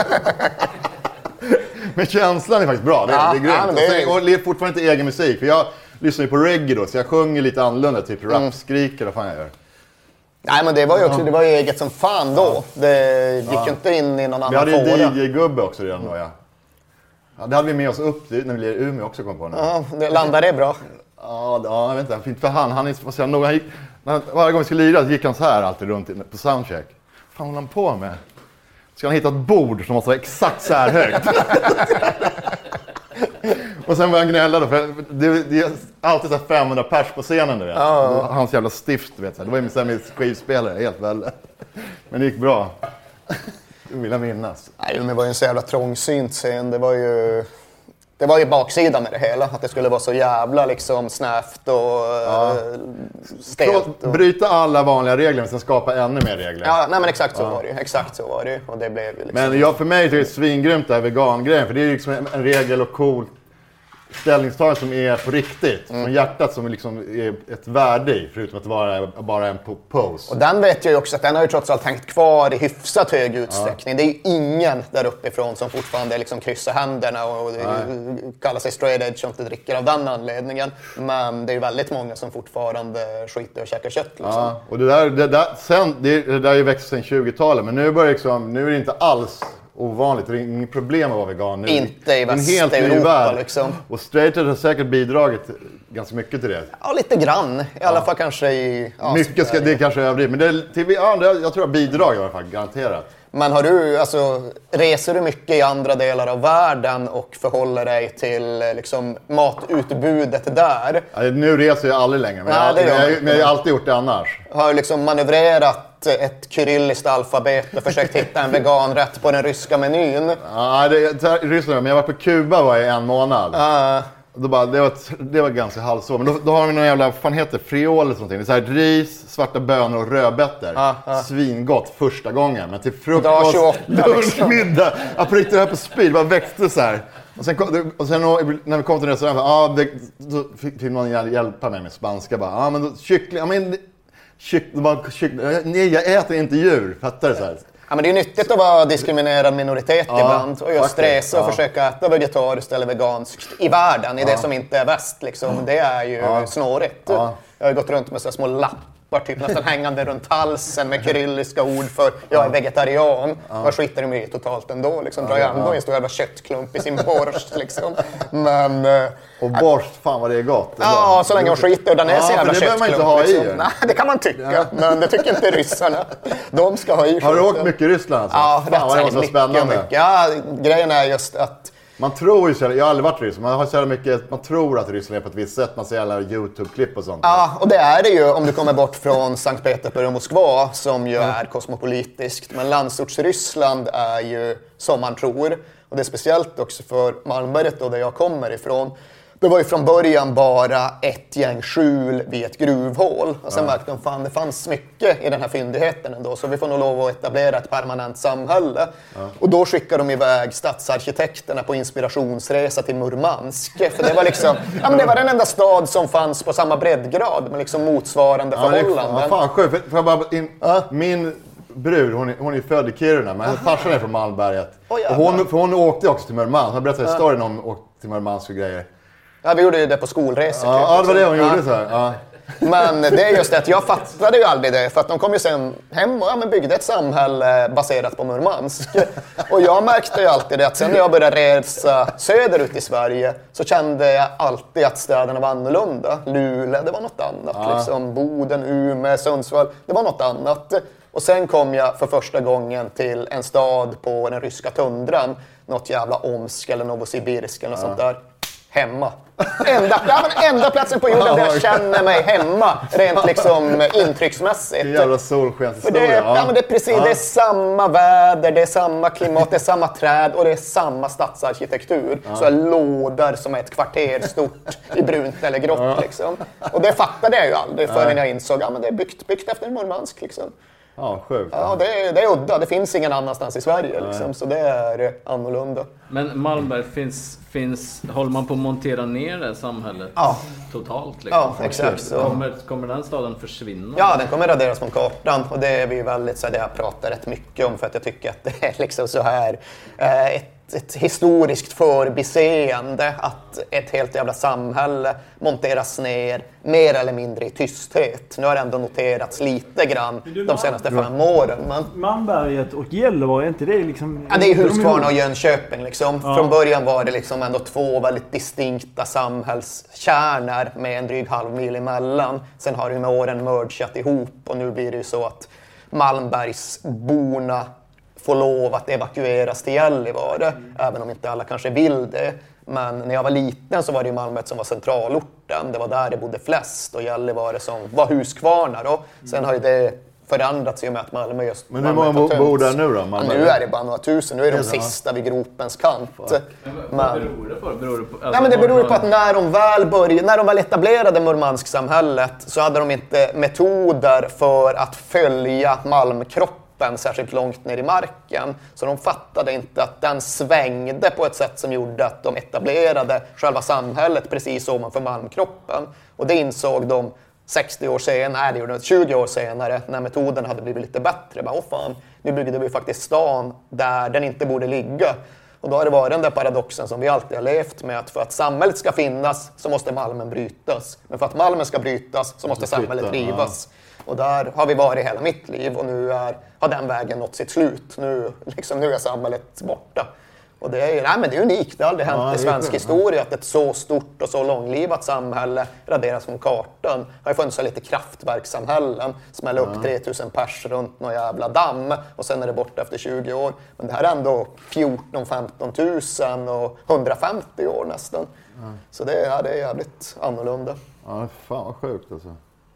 Men känslan är faktiskt bra. Det, ja, det är grymt. Ja, det är... Och, sen, och det är fortfarande inte egen musik. För jag lyssnar ju på reggae då, så jag sjunger lite annorlunda. Typ mm. rap-skriker och vad fan jag gör. Nej, men det var ju också det var ju eget som fan då. Det gick ju ja. inte in i någon annan fåra. Vi hade ju D J-gubbe också redan då, ja. Ja, det hade vi med oss upp när vi lirade i Umeå också, kom på nu. Ja, det landade det bra. Ja, ja, jag vet inte. Fint för han. Han är, vad säger han, han gick, varje gång vi skulle lira så gick han så här alltid runt på soundcheck. Vad fan håller han på med? Ska han hitta ett bord som måste vara exakt så här högt? Och sen var han gnälla då, för det, det är alltid så här femhundra pers på scenen, du vet. Ja. Hans jävla stift, du vet. Det var ju med, med skivspelare, helt väl. Men det gick bra. Det vill jag minnas. Nej, men det var ju en så jävla trångsynt scen. Det var ju... Det var ju baksidan med det hela, att det skulle vara så jävla liksom snävt och ja. stelt. Och... Bryta alla vanliga regler men sen skapa ännu mer regler. Ja, nej men exakt så ja. var det ju. Exakt så var det ju. Och det blev liksom... Men jag, för mig är det svingrymt det här vegangrejen, för det är liksom en regel och cool ställningstagande som är på riktigt. Mm. Från hjärtat som liksom är ett värde i, förutom att vara bara en pose. Och den vet jag ju också att den har ju trots allt hängt kvar i hyfsat hög utsträckning. Ja. Det är ju ingen där uppifrån som fortfarande liksom kryssar händerna och kallar sig straight edge och inte dricker av den anledningen. Men det är ju väldigt många som fortfarande skiter och käkar kött. Liksom. Ja, och det där, det där, sen, det, det där är ju växt sedan tjugotalet, men nu, börjar liksom, nu är det inte alls ovanligt. Det är inget problem att vara vegan nu. Inte i Västeuropa liksom. Och straight edge har säkert bidragit ganska mycket till det. Ja, lite grann. I ja. alla fall kanske i... Ja, mycket ska, det är kanske överdrivet. Men det, till, ja, det, jag tror att bidrag i alla fall, garanterat. Men har du, alltså, reser du mycket i andra delar av världen och förhåller dig till liksom, matutbudet där? Ja, nu reser jag aldrig längre, men, Nej, jag, jag, jag, men jag har alltid gjort det annars. Har du liksom manövrerat ett kyrilliskt alfabet och försökt hitta en veganrätt på den ryska menyn? Ja, det, Ryssland, men jag var på Kuba var i en månad. Uh. Då bara, det, var, det var ganska halvsår. Men då, då har vi någon jävla, vad fan heter friol eller sånt. Det är så här ris, svarta bönor och rödbetor. Ah, ah. Svingott första gången. Men till frukost, lunchmiddag. Jag prickade det här på speed, bara växte så här. Och sen, och sen när vi kom till restaurangen, ah, då fick någon hjälpa mig med spanska. Bara, ah, men då, kyckling, ja, men, kyckling, bara, kyckling, nej, jag äter inte djur, fattar du så här? Ja, men det är nyttigt att vara diskriminerad minoritet ja, ibland och just resa och ja. försöka äta vegetariskt eller veganskt i världen, i ja. det som inte är väst. Liksom. Det är ju ja. snårigt. Ja. Jag har gått runt med så små lappar typ, nästan hängande runt halsen med kyrilliska ord för jag är vegetarian. Ja. Jag skiter i mig totalt ändå. Liksom. Drar jag ändå en stor jävla köttklump i sin borst. Liksom. Men, och borst, fan vad det är gott. Det ja, gott. Så länge de skiter och den är ja, så jävla det köttklump. Man inte ha liksom. i. Nej, det kan man tycka, ja. men det tycker inte ryssarna. De ska ha i. Har du åkt mycket i Ryssland? Alltså? Ja, fan, det är så spännande. Mycket. Ja, grejen är just att man tror ju så, jag har aldrig varit i Ryssland, man har så mycket, man tror att Ryssland är på ett visst sätt, man ser alla YouTube-klipp och sånt. Ja, och det är det ju om du kommer bort från Sankt Petersburg och Moskva som ju är kosmopolitiskt. Men landsortsryssland är ju som man tror. Och det är speciellt också för Malmberget då, där jag kommer ifrån. Det var ju från början bara ett gäng skjul vid ett gruvhål. Och sen ja. märkte de fan det fanns mycket i den här fyndigheten ändå. Så vi får nog lov att etablera ett permanent samhälle. Ja. Och då skickade de iväg stadsarkitekterna på inspirationsresa till Murmansk. För det var liksom, ja men det var den enda stad som fanns på samma breddgrad med liksom motsvarande ja, förhållanden. Ja, fan sjukt. För, för bara in, ja. Min bror, hon är, hon är född i Kiruna, men farsan är från Malmberget. Oh, och hon, för hon åkte också till Murmansk. Hon berättade historien om åkte till Murmansk och grejer. Ja, vi gjorde ju det på skolresor. Ja, ja, det var det hon ja. gjorde så här. Ja. Men det är just det att jag fattade ju aldrig det. För att de kom ju sen hem och ja, men byggde ett samhälle baserat på Murmansk. Och jag märkte ju alltid det att sen när jag började resa söderut i Sverige så kände jag alltid att städerna var annorlunda. Luleå, det var något annat. Ja. Liksom. Boden, Umeå, Sundsvall, det var något annat. Och sen kom jag för första gången till en stad på den ryska tundran. Något jävla Omsk eller Novosibirsk eller ja. sånt där. Hemma. Enda, ja, men enda platsen på jorden där jag känner mig hemma. Rent liksom intrycksmässigt. Det jävla solskenshistoria. Ja. Ja, men det är precis, ja. det är samma väder, det är samma klimat, det är samma träd och det är samma stadsarkitektur. Ja. Så är lådor som är ett kvarter stort i brunt eller grått. Ja. Liksom. Och det fattade jag ju aldrig förrän jag insåg att ja, det är byggt, byggt efter Murmansk. Liksom. Ja, sjukt. Ja, det är, det är udda. Det finns ingen annanstans i Sverige liksom, så det är annorlunda. Men Malmberg, finns, finns, håller man på att montera ner det samhället ja. totalt? Liksom? Ja, exakt. Så. Kommer, kommer den staden försvinna? Ja, den kommer raderas från kartan och det är vi väldigt, så det jag pratar rätt mycket om för att jag tycker att det är liksom så här eh, ett ett historiskt förbiseende att ett helt jävla samhälle monteras ner mer eller mindre i tysthet. Nu har det ändå noterats lite grann de senaste fem åren. Men... Malmberget och Gällivare, är inte det liksom... Ja, det är Huskvarna och Jönköping liksom. Ja. Från början var det liksom ändå två väldigt distinkta samhällskärnor med en dryg halv mil emellan. Sen har det med åren mergat ihop och nu blir det ju så att Malmbergsborna får lov att evakueras till Gällivare, mm. även om inte alla kanske vill det. Men när jag var liten så var det ju Malmö som var centralorten. Det var där det bodde flest och Gällivare som var Huskvarna då. Sen har ju det förändrats i och med att Malmö just... Men hur många bor där nu då? Ja, nu är det bara några tusen. Nu är de det sista vid gropens kant. Men vad beror det på? Beror det på alltså, nej, men det beror på att när de väl började, när de väl etablerade Murmansk-samhället så hade de inte metoder för att följa malmkroppen särskilt långt ner i marken. Så de fattade inte att den svängde på ett sätt som gjorde att de etablerade själva samhället precis ovanför malmkroppen. Och det insåg de sextio år senare, det gjorde tjugo år senare, när metoden hade blivit lite bättre. Bara, åh fan, nu byggde vi faktiskt stan där den inte borde ligga. Och då har det varit den där paradoxen som vi alltid har levt med, att för att samhället ska finnas så måste malmen brytas. Men för att malmen ska brytas så måste samhället rivas. Ja. Och där har vi varit hela mitt liv och nu är, har den vägen nått sitt slut. Nu, liksom, nu är samhället borta. Och det är, nej, men det är unikt, det har aldrig hänt ja, i svensk historia att ett så stort och så långlivat samhälle raderas från kartan. Det har ju funnits så lite kraftverkssamhällen, smäller upp ja. tre tusen pers runt någon jävla damm och sen är det borta efter tjugo år. Men det här är ändå fjorton till femton tusen och hundrafemtio år nästan. Ja. Så det är, ja, det är jävligt annorlunda. Ja, fan vad sjukt alltså.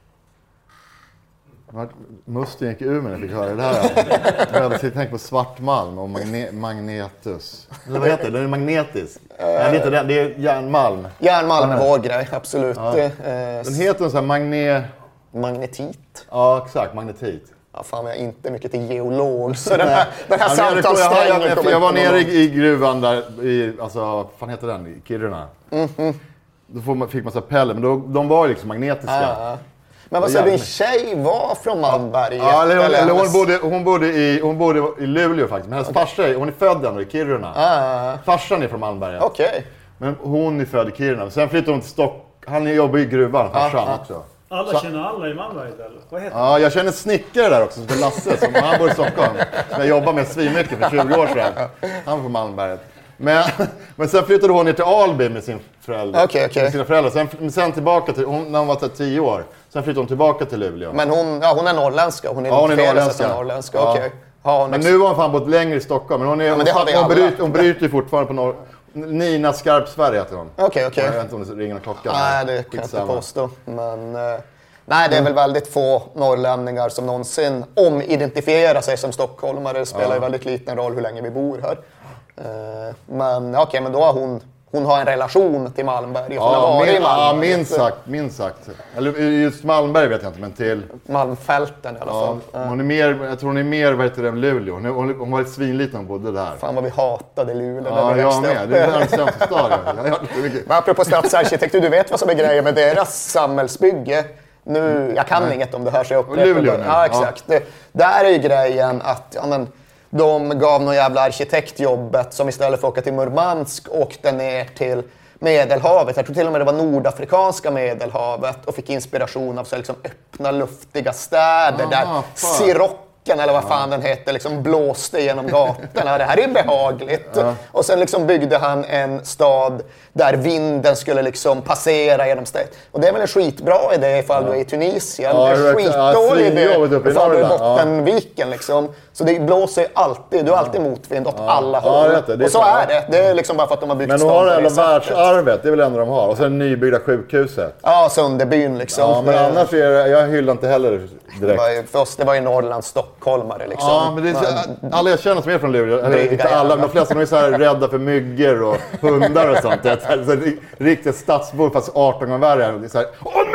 Musten gick ur mig när jag fick höra det här. Jag hade tänkt på svartmalm och magne- magnetus. Eller vad heter det? Den är magnetisk. Uh, Nej, det är inte den. Det är järnmalm. Järnmalm är vår grej, absolut. Ja. Den heter så här magne... Magnetit. Ja, exakt. Magnetit. Ja, fan, jag är inte mycket till geolog. Så den här, den här samtalssträngen jag, jag, jag, jag var nere i, i gruvan där, i, alltså, vad fan heter den? I Kiruna. Mm-hmm. Då får man, fick man så här pelle, men då, de var liksom magnetiska. Uh. Men vad sa din tjej var från Malmberget? Ja, eller, eller, eller hon, bodde, hon, bodde i, hon bodde i Luleå faktiskt. Men hennes okay. farsa, hon är född ändå i Kiruna. Ah. Farsan är från Malmberget. Okej. Okay. Men hon är född i Kiruna. Sen flyttade hon till Stockholm. Han jobbar i gruvan, farsan ah, också. Alla så, känner alla i Malmberget eller? Vad heter ja, jag känner snickare där också, som heter Lasse. Som, han bor i Stockholm. Som jag jobbade med svinmycket för tjugo år sedan. Han var från Malmberget. Men, men sen flyttade hon ner till Alby med, sin förälder, okay, okay. med sina föräldrar. Sen, sen tillbaka till, hon, när hon var tio år. Sen flyttade hon tillbaka till Luleå. Men hon, ja, hon är norrländska. Hon är ja, hon är norrländska. norrländska. Ja. Okay. Ja, men nu har hon fan bott längre i Stockholm. Men hon, är, ja, men hon, hon, bryter, hon bryter fortfarande på norr... Nina Skarpsberg heter hon. Okej, okay, okej. Okay. Jag vet inte om det ringer någon klocka. Nej, det kan jag inte påstå. Men... Eh... Nej, det är väl väldigt få norrlänningar som någonsin omidentifierar sig som stockholmare. Det spelar ju ja. väldigt liten roll hur länge vi bor här. Men okej, okay, men då har hon, hon har en relation till Malmberg. Ja, min, ja minst sagt, minst sagt. Eller just Malmberg vet jag inte, men till... Malmfälten i alla fall. Ja, hon är mer, jag tror hon är mer, vad heter det, än Luleå. Hon, hon, hon var ett svinliten och bodde där. Fan vad vi hatade Luleå. Ja, jag med. Det är den sämsta staden. Men apropå stadsarkitektur, du vet vad som är grejen med deras samhällsbygge? Nu, jag kan Nej. inget om det här så jag upprepar Luleå, det. Ja, exakt. Ja. Det, där är ju grejen att ja, men, de gav någon jävla arkitektjobbet som istället för att åka till Murmansk åkte ner till Medelhavet. Jag tror till och med det var nordafrikanska Medelhavet och fick inspiration av så liksom öppna, luftiga städer ah, där Sirock eller vad fan den heter, liksom blåste genom gatorna. Det här är behagligt. Ja. Och sen liksom byggde han en stad där vinden skulle liksom passera genom städer. Och det är väl en skitbra idé ifall ja. du är i Tunisien. Ja, det är skitdålig idé ifall du är i Bottenviken. Liksom. Så det blåser alltid, du är alltid motvind åt ja. alla håll. Ja, det, det och så är det. Det är liksom bara för att de har byggt men de har det världsarvet, det är väl ändå de har. Och sen nybyggda sjukhuset. Ja, Sunderbyn liksom. Ja, men annars är det, jag hyllar inte heller direkt. Det var ju, för oss, det var ju Norrlands stockholmare liksom. Ja, men det är så, alla jag känner som är från Luleå, eller inte alla, de flesta de är så här rädda för myggor och hundar och sånt. Det är så här, riktigt stadsbor fast arton gånger värre. Det är så här, åh mygga,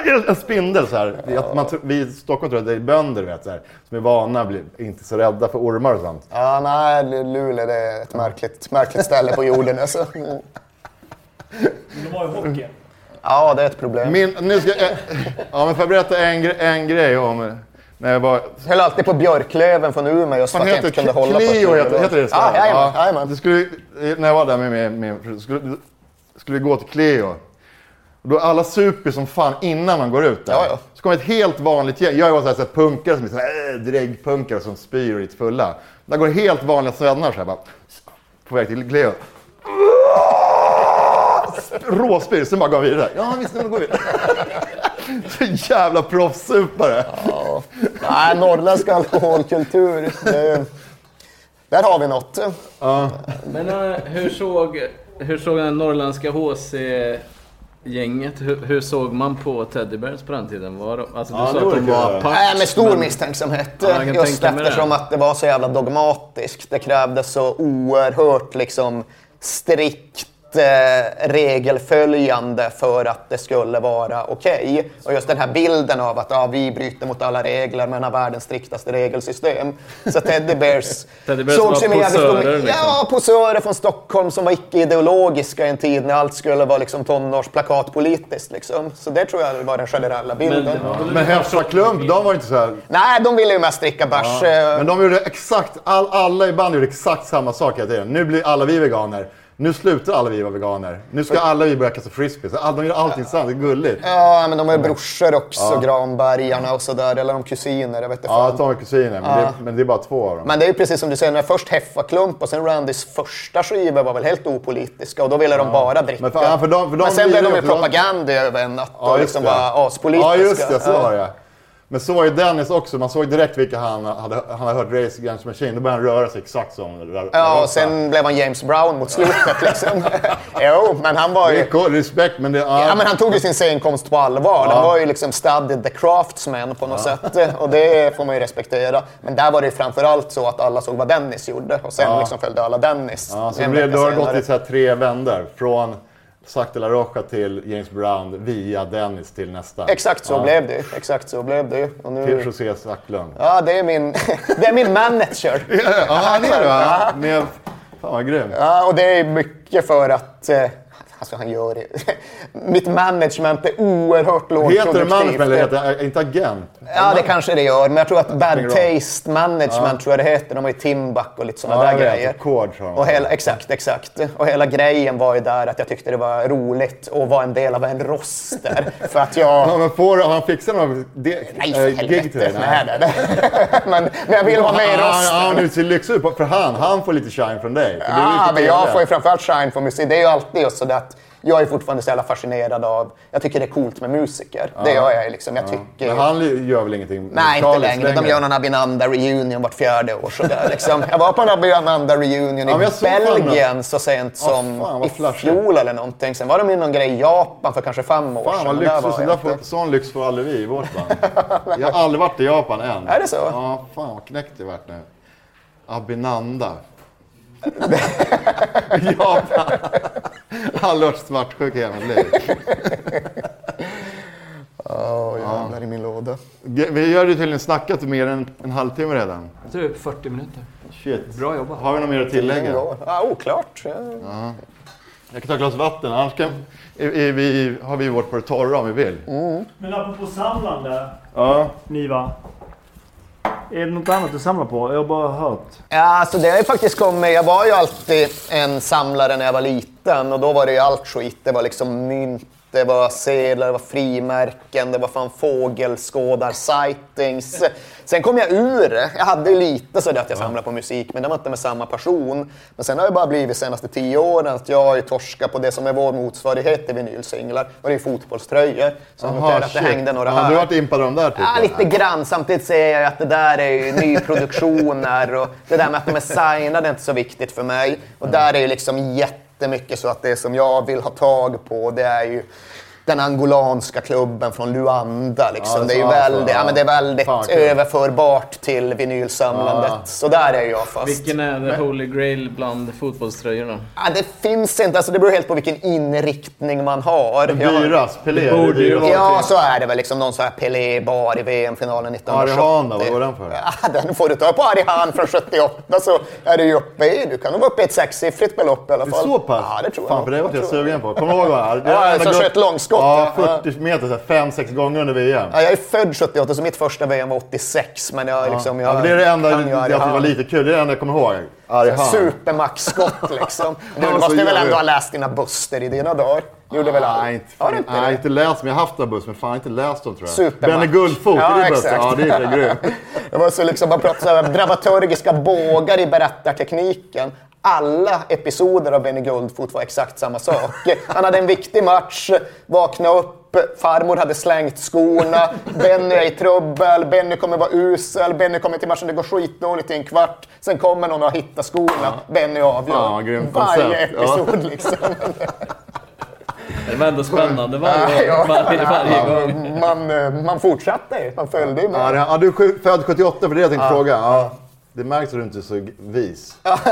en spindel så här. Ja. Man, vi i Stockholm tror att det är bönder vet, så här, som är vana blir inte så rädda för ormar och sånt. Ja, nej, Luleå det är ett märkligt, märkligt ställe på jorden. Alltså. Mm. Men de har ju hockey. Ja, det är ett problem. Min, nu ska jag, ja, men får jag berätta en, en grej om... När jag, var... jag höll alltid på björklöven från Umeå just för att jag inte kunde hålla Clio, på ett heter, heter det så? Ja, jajamän, ja. jajamän. Det skulle, när jag var där med min skulle, skulle vi gå till Clio. Och då alla super som fan innan man går ut där. Ja, ja. Så kommer ett helt vanligt gäng. Jag var så här, så här punkare som är så här, äh, dräggpunkare som spyr och lite fulla. Där går helt vanliga svennar så här bara. På väg till Clio. Råspyr, sen bara går vi vidare. Ja, visst, nu går vi vidare. Så jävla proffssupare. Ja. Nej, norrländsk alkoholkultur. Det, där har vi något. Ja. Men uh, hur såg hur såg den norrländska H C-gänget? Hur, hur såg man på Teddy Bears på den tiden? Var de, alltså du ja, sa att de var pack, Nej, med stor men... misstänksamhet. Ja, just eftersom det. att det var så jävla dogmatiskt. Det krävdes så oerhört liksom strikt regelföljande för att det skulle vara okej. Okay. Och just den här bilden av att ja, vi bryter mot alla regler men har världens striktaste regelsystem. Så Teddy Bears, Teddy Bears såg sig med liksom. Ja, posörer från Stockholm som var icke-ideologiska i en tid när allt skulle vara liksom tonårsplakatpolitiskt. Liksom. Så det tror jag var den generella bilden. Men, ja. men Hässa Klump, de var inte så här... Nej, de ville ju mest dricka bärs. Ja. Men de gjorde exakt, all, alla i bandet gjorde exakt samma sak hela tiden. Nu blir alla vi veganer. Nu slutar alla vi vara veganer. Nu ska alla vi börja kasta frisbee. Så de gör allting sant, det är gulligt. Ja, men de är brorsor också, ja. Granbergarna och sådär. Eller de kusiner, jag vet inte. Ja, de är kusiner, men, ja. det, men det är bara två av dem. Men det är ju precis som du säger, när först Heffa Klump och sen Randys första skiva var väl helt opolitiska. Och då ville ja. de bara dricka. Men, för, ja, för de, för de men sen blev de ju för propaganda de... över en natt och ja, liksom var aspolitiska. Ja, just det, så var det. Men så var ju Dennis också, man såg direkt vilka han hade, han hade hört Race Against the Machine. Då började han röra sig exakt som... Ja, och sen blev han James Brown mot slutet liksom. Jo, men han var ju... Cool, respekt, men det... Ja. ja, men han tog ju sin scenkonst på allvar. Ja. Den var ju liksom studied the craftsman på något ja. sätt. Och det får man ju respektera. Men där var det ju framförallt så att alla såg vad Dennis gjorde. Och sen ja. liksom följde alla Dennis. Ja, så det blev, då har det gått i så här tre vändor. Från... Zack de la Rocha till James Brown via Dennis till nästa. Exakt så ja. blev det. Exakt så blev det. Och nu... Till José Zacklund. Ja, det är min, det är min manager. Ja, det är det va? Med... Fan vad grym. Ja, och det är mycket för att... Alltså han gör det. Mitt management är oerhört lågproduktivt. Heter det management eller heter det inte agent? Ja, det kanske det gör. Men jag tror att Bad Taste Management ja. tror jag det heter. De har ju Timbuk och lite sådana ja, där grejer. Kod, och hela, exakt, exakt. Och hela grejen var ju där att jag tyckte det var roligt att vara en del av en roster. För att jag... Ja, men får han fixa några de, nej, för äh, gig till dig? Nej, nej, nej. men, men jag vill vara med i roster. Ja, nu ser lyx ut för han. Han får lite shine från dig. Ja, men jag får ju framförallt shine från musik. Det är ju alltid just så att jag är fortfarande så jävla fascinerad av... Jag tycker det är coolt med musiker. Ja. Det gör jag liksom. Jag ja. tycker... Men han gör väl ingenting? Nej, inte längre. längre. De gör någon Abinanda-reunion vart fjärde år. Så där, liksom. Jag var på en Abinanda-reunion ja, i Belgien så sent som oh, fan, i fjol eller någonting. Sen var de i någon grej i Japan för kanske fem år fan, sedan. Lyx, så så får, sån lyx får aldrig vi i vårt land. Jag har aldrig varit i Japan än. Är det så? Ja, fan vad knäckt det varit nu. Abinanda. Japan. Han lört svartsjuk hela mitt liv. Åh, oh, jävlar ja. i min låda. Vi gör ju tydligen snackat mer än en halvtimme redan. Jag tror fyrtio minuter. Shit. Bra jobbat. Har vi något mer att tillägga? Ja, oklart. Ja. Ja. Jag kan ta ett glas vatten. Annars kan, är vi, har vi vårt på det torra om vi vill. Mm. Men apropå samlande, ja. Niva. Är det något annat du samlar på? Jag har bara hört. Ja, alltså det har ju faktiskt kommit. Jag var ju alltid en samlare när jag var liten. Och då var det ju allt skit. Det var liksom mynt, det var sedlar, det var frimärken, det var fan fågelskådar, sightings. Sen kom jag ur det. Jag hade ju lite sådär att jag samlade på musik, men det var inte med samma passion. Men sen har det bara blivit de senaste tio åren att jag har ju torskat på det som är vår motsvarighet till vinylsinglar. Och det är fotbollströjor. Så jag noterade att det hängde några här. Ja, du har varit impad de där typ? Ja, lite grann. Samtidigt ser jag att det där är ju nyproduktioner och det där med att de är signade är inte så viktigt för mig. Och där är ju liksom jättemycket så att det som jag vill ha tag på, det är ju den angolanska klubben från Luanda. Liksom. Ja, det, är ju så, väldigt, ja. ja, men det är väldigt Fan, överförbart till vinylsamlandet. Ja. Så där är jag fast. Vilken är the holy grail bland fotbollströjorna? Ja, det finns inte, alltså det beror helt på vilken inriktning man har. Dyrast, Pelé. Det borde ju vara- Ja, så är det väl. Liksom någon så här Pelé-bar i V M-finalen nittonhundrasjuttio. Arihan, vad var den för? Ja, den får du ta på Arihan från sjuttioåtta, så är du ju uppe i. Du kan nog vara uppe i ett sexsiffrigt belopp i alla Det fall. är så pass? Ja, det tror jag. Fan, för det var jag sugen på. Kommer du ihåg vad det Ja, är? så sköt långskott. Ja, fyrtio meter, fem sex gånger under V M. Ja, jag är född sjuttioåtta, så mitt första V M var åttiosex. Men jag, liksom, jag Ja, det är det enda kan ju jag tyckte var Arihan. lite kul. Det är det enda jag kommer ihåg. Arihan. Supermaxskott liksom. Du Han var måste så väl ändå jävla- ha läst dina Buster i dina dagar? Gjorde väl Nej, aldrig? inte, Har du inte nej, det? inte läst, men jag har haft en buss, men fan inte läst dem tror jag. Supermax. Benny Guldfot, Ja, är det bästa? exakt. Ja, det är grymt. Det var så liksom, man pratade så här, dramaturgiska bågar i berättartekniken. Alla episoder av Benny Guldfot var exakt samma sak. Han hade en viktig match, vaknade upp, farmor hade slängt skorna, Benny är i trubbel, Benny kommer vara usel, Benny kommer till matchen, det går skitdåligt i en kvart. Sen kommer någon och hittar skorna, Benny avgör. Fan, vad grymt Varje koncept. Ja. episod liksom. Det var ändå spännande varje, Ja, varje, varje gång. Man, man, man fortsatte ju, man följde ju med. Ja, det- ja, du är sju- född sjuttioåtta, för det jag tänkte fråga. Ja. Det märks att du inte är så vis.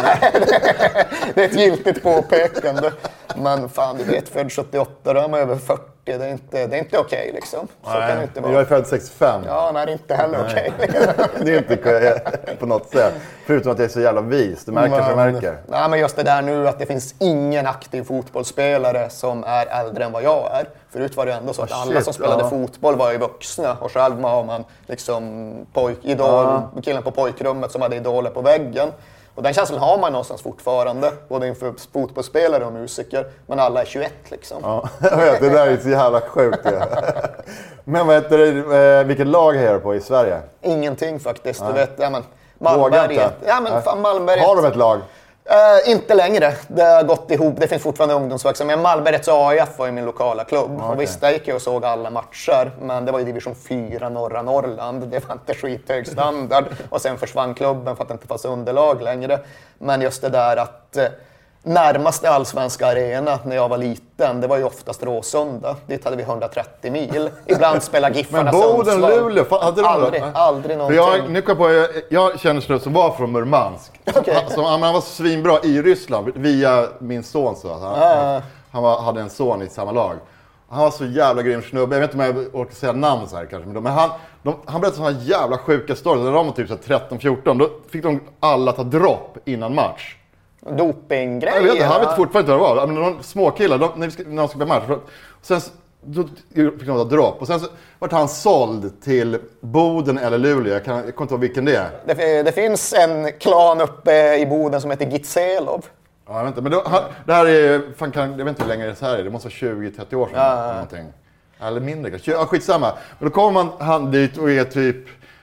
Det är ett giltigt påpekande. Men fan, du vet, född sjuttioåtta, då är man över fyrtio. Det är inte, det är inte okej liksom. Så kan det inte Jag är vara. född sextiofem. Ja, nej, det är inte heller okej. Det är inte på något sätt. Förutom att jag är så jävla vis. Du märker som jag märker. Nej, men just det där nu att det finns ingen aktiv fotbollsspelare som är äldre än vad jag är. Förut var det ändå så att Ah, alla shit, som spelade ja. fotboll var ju vuxna. Och själv var man liksom pojk, idol, killen på pojkrummet som hade idoler på väggen. Och den känslan har man någonstans fortfarande, både inför fotbollsspelare och musiker. Men alla är tjugoett liksom. Ja, jag vet, det där är så jävla sjukt. Ja. Men vad heter det, eh, vilket lag hejar du på i Sverige? Ingenting faktiskt. Du vet, ja, men, Vågar Malmberget. inte? Ja, men fan, Malmberget. Har de ett lag? Eh, inte längre. Det har gått ihop. Det finns fortfarande ungdomsverksamhet. Malmbergets A I F var ju min lokala klubb. Och visst, där gick jag och såg alla matcher. Men det var ju division fyra, norra Norrland. Det var inte skithög standard. Och sen försvann klubben för att det inte fanns underlag längre. Men just det där att eh, närmaste allsvenska arena när jag var liten, det var ju oftast Råsunda. Dit hade vi hundratrettio mil. Ibland spelade Giffarna Men Boden, Sundsvall. Luleå, fan, hade de Aldrig, det? aldrig För någonting. jag, nu kom jag, på, jag, jag känner slut som var från Murmansk. Okej. Han, som, han var svinbra i Ryssland via min son. Så. Han, han, han var, hade en son i samma lag. Han var så jävla grym snubbe. Jag vet inte om jag orkar säga namn så här kanske. Men, de, men han, de, han berättade sådana jävla sjuka stories. När de var typ så tretton fjorton, då fick de alla ta dropp innan match. Dopinggrejer. Jag vet inte, han vet va? fortfarande inte vad det var. Men de små killar, de, när, vi ska, när de ska börja match. Sen då fick de ta dropp. Och sen så vart han såld till Boden eller Luleå. Jag, kan, jag kommer inte ihåg vilken det är. Det, det finns en klan uppe i Boden som heter Gitselov. Ja, jag vet inte. Men då, han, det här är, fan, kan, jag vet inte hur länge det är så här är. Det måste vara tjugo till trettio år sedan. Ja. Eller någonting. Eller mindre kanske. Ja, skitsamma. Men då kommer man han dit och är typ,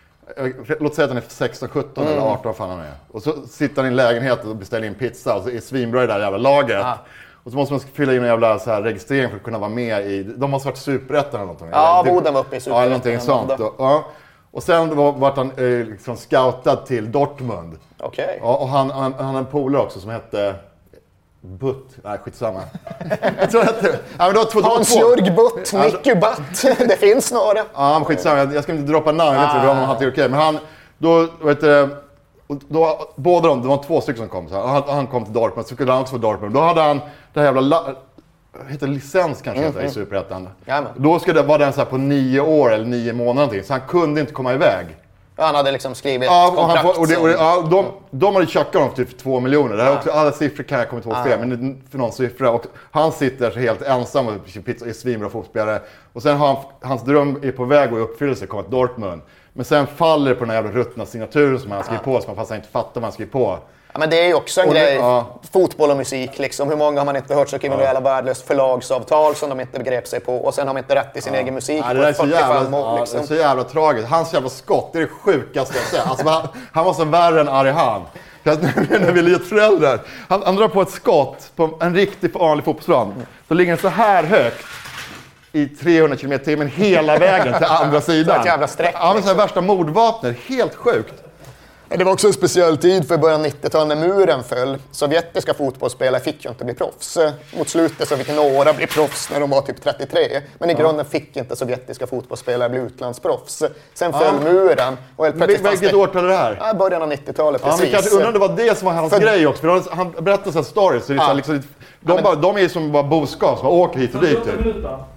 låt säga att han är sexton, sjutton Mm. eller arton, vad fan han är. Och så sitter han i en lägenhet och beställer in pizza och så är svinbra i det där jävla laget. Ja. Och så måste man fylla in en jävla så här registrering för att kunna vara med i, de måste ha varit superettan eller någonting. Ja, Eller, Boden var uppe i Ja, superettan. eller någonting sånt. Och, ja. Och sen var, vart han eh, liksom scoutad till Dortmund. Okej. Ja, och han, han, han hade en polare också som hette Butt. Nej, skitsamma. Jag tror att det, ja, men det var två, det var två. Hans-Jörg Butt, Nicky Butt. Det finns några. Ja, men skitsamma. Jag, jag ska inte droppa namn. Jag vet inte om han tycker okej. Men han, då, vet du, och då, båda de, det var två stycken som kom. Så han, han kom till Dortmund, så skulle han också få Dortmund. Då hade han det här jävla, la, heter licens kanske heter det i Superettan. Jajamän. Då skulle det vara den så här på nio år eller nio månader någonting. Så han kunde inte komma iväg. Han hade liksom skrivit Ja, och, kontrakt. han får, och, det, och det, som- ja, de, de hade tjackat honom för typ två miljoner. Det här är också, alla siffror kan jag komma ihåg fel, men för någon siffra. Och han sitter så helt ensam och är svinbra fotbollsspelare. Och sen har han, hans dröm är på väg att uppfyllelse, komma till Dortmund. Men sen faller det på den här jävla ruttna signaturen som han skriver på, som man fast inte fattar vad han skriver på. Ja, men det är ju också en Och det- grej. ja. Fotboll och musik liksom. Hur många har man inte hört så skriver ja. jävla värdelöst förlagsavtal som de inte begrep sig på. Och sen har de inte rätt i sin egen musik Ja, på det där är så fyrtiofem jävla, år. ja, Liksom. det är så jävla tragiskt. Hans jävla skott, det är det sjukaste jag sett. Alltså, han, han var så värre än Arihan. När vi lät föräldrar. Han, han drar på ett skott på en riktig vanlig fotbollsplan. Så ligger den så här högt i trehundra kilometer i timmen hela vägen till andra sidan. Ett jävla streck, Ja, men så här värsta mordvapnet. Helt sjukt. Det var också en speciell tid för början nittiotalet när muren föll. Sovjetiska fotbollsspelare fick ju inte bli proffs. Mot slutet så fick några bli proffs när de var typ trettiotre. Men i grunden fick inte sovjetiska fotbollsspelare bli utlandsproffs. Sen föll ja. muren. Och helt plötsligt Vilket det... årtal är det här? Ja, början av nittiotalet, precis. Ja, men kanske undrar om det var det som var hans för... grej också. För han berättade så här stories. Så det är ja. liksom, de, ja, men... bara, de är ju som bara boskap som åker hit och dit. Typ.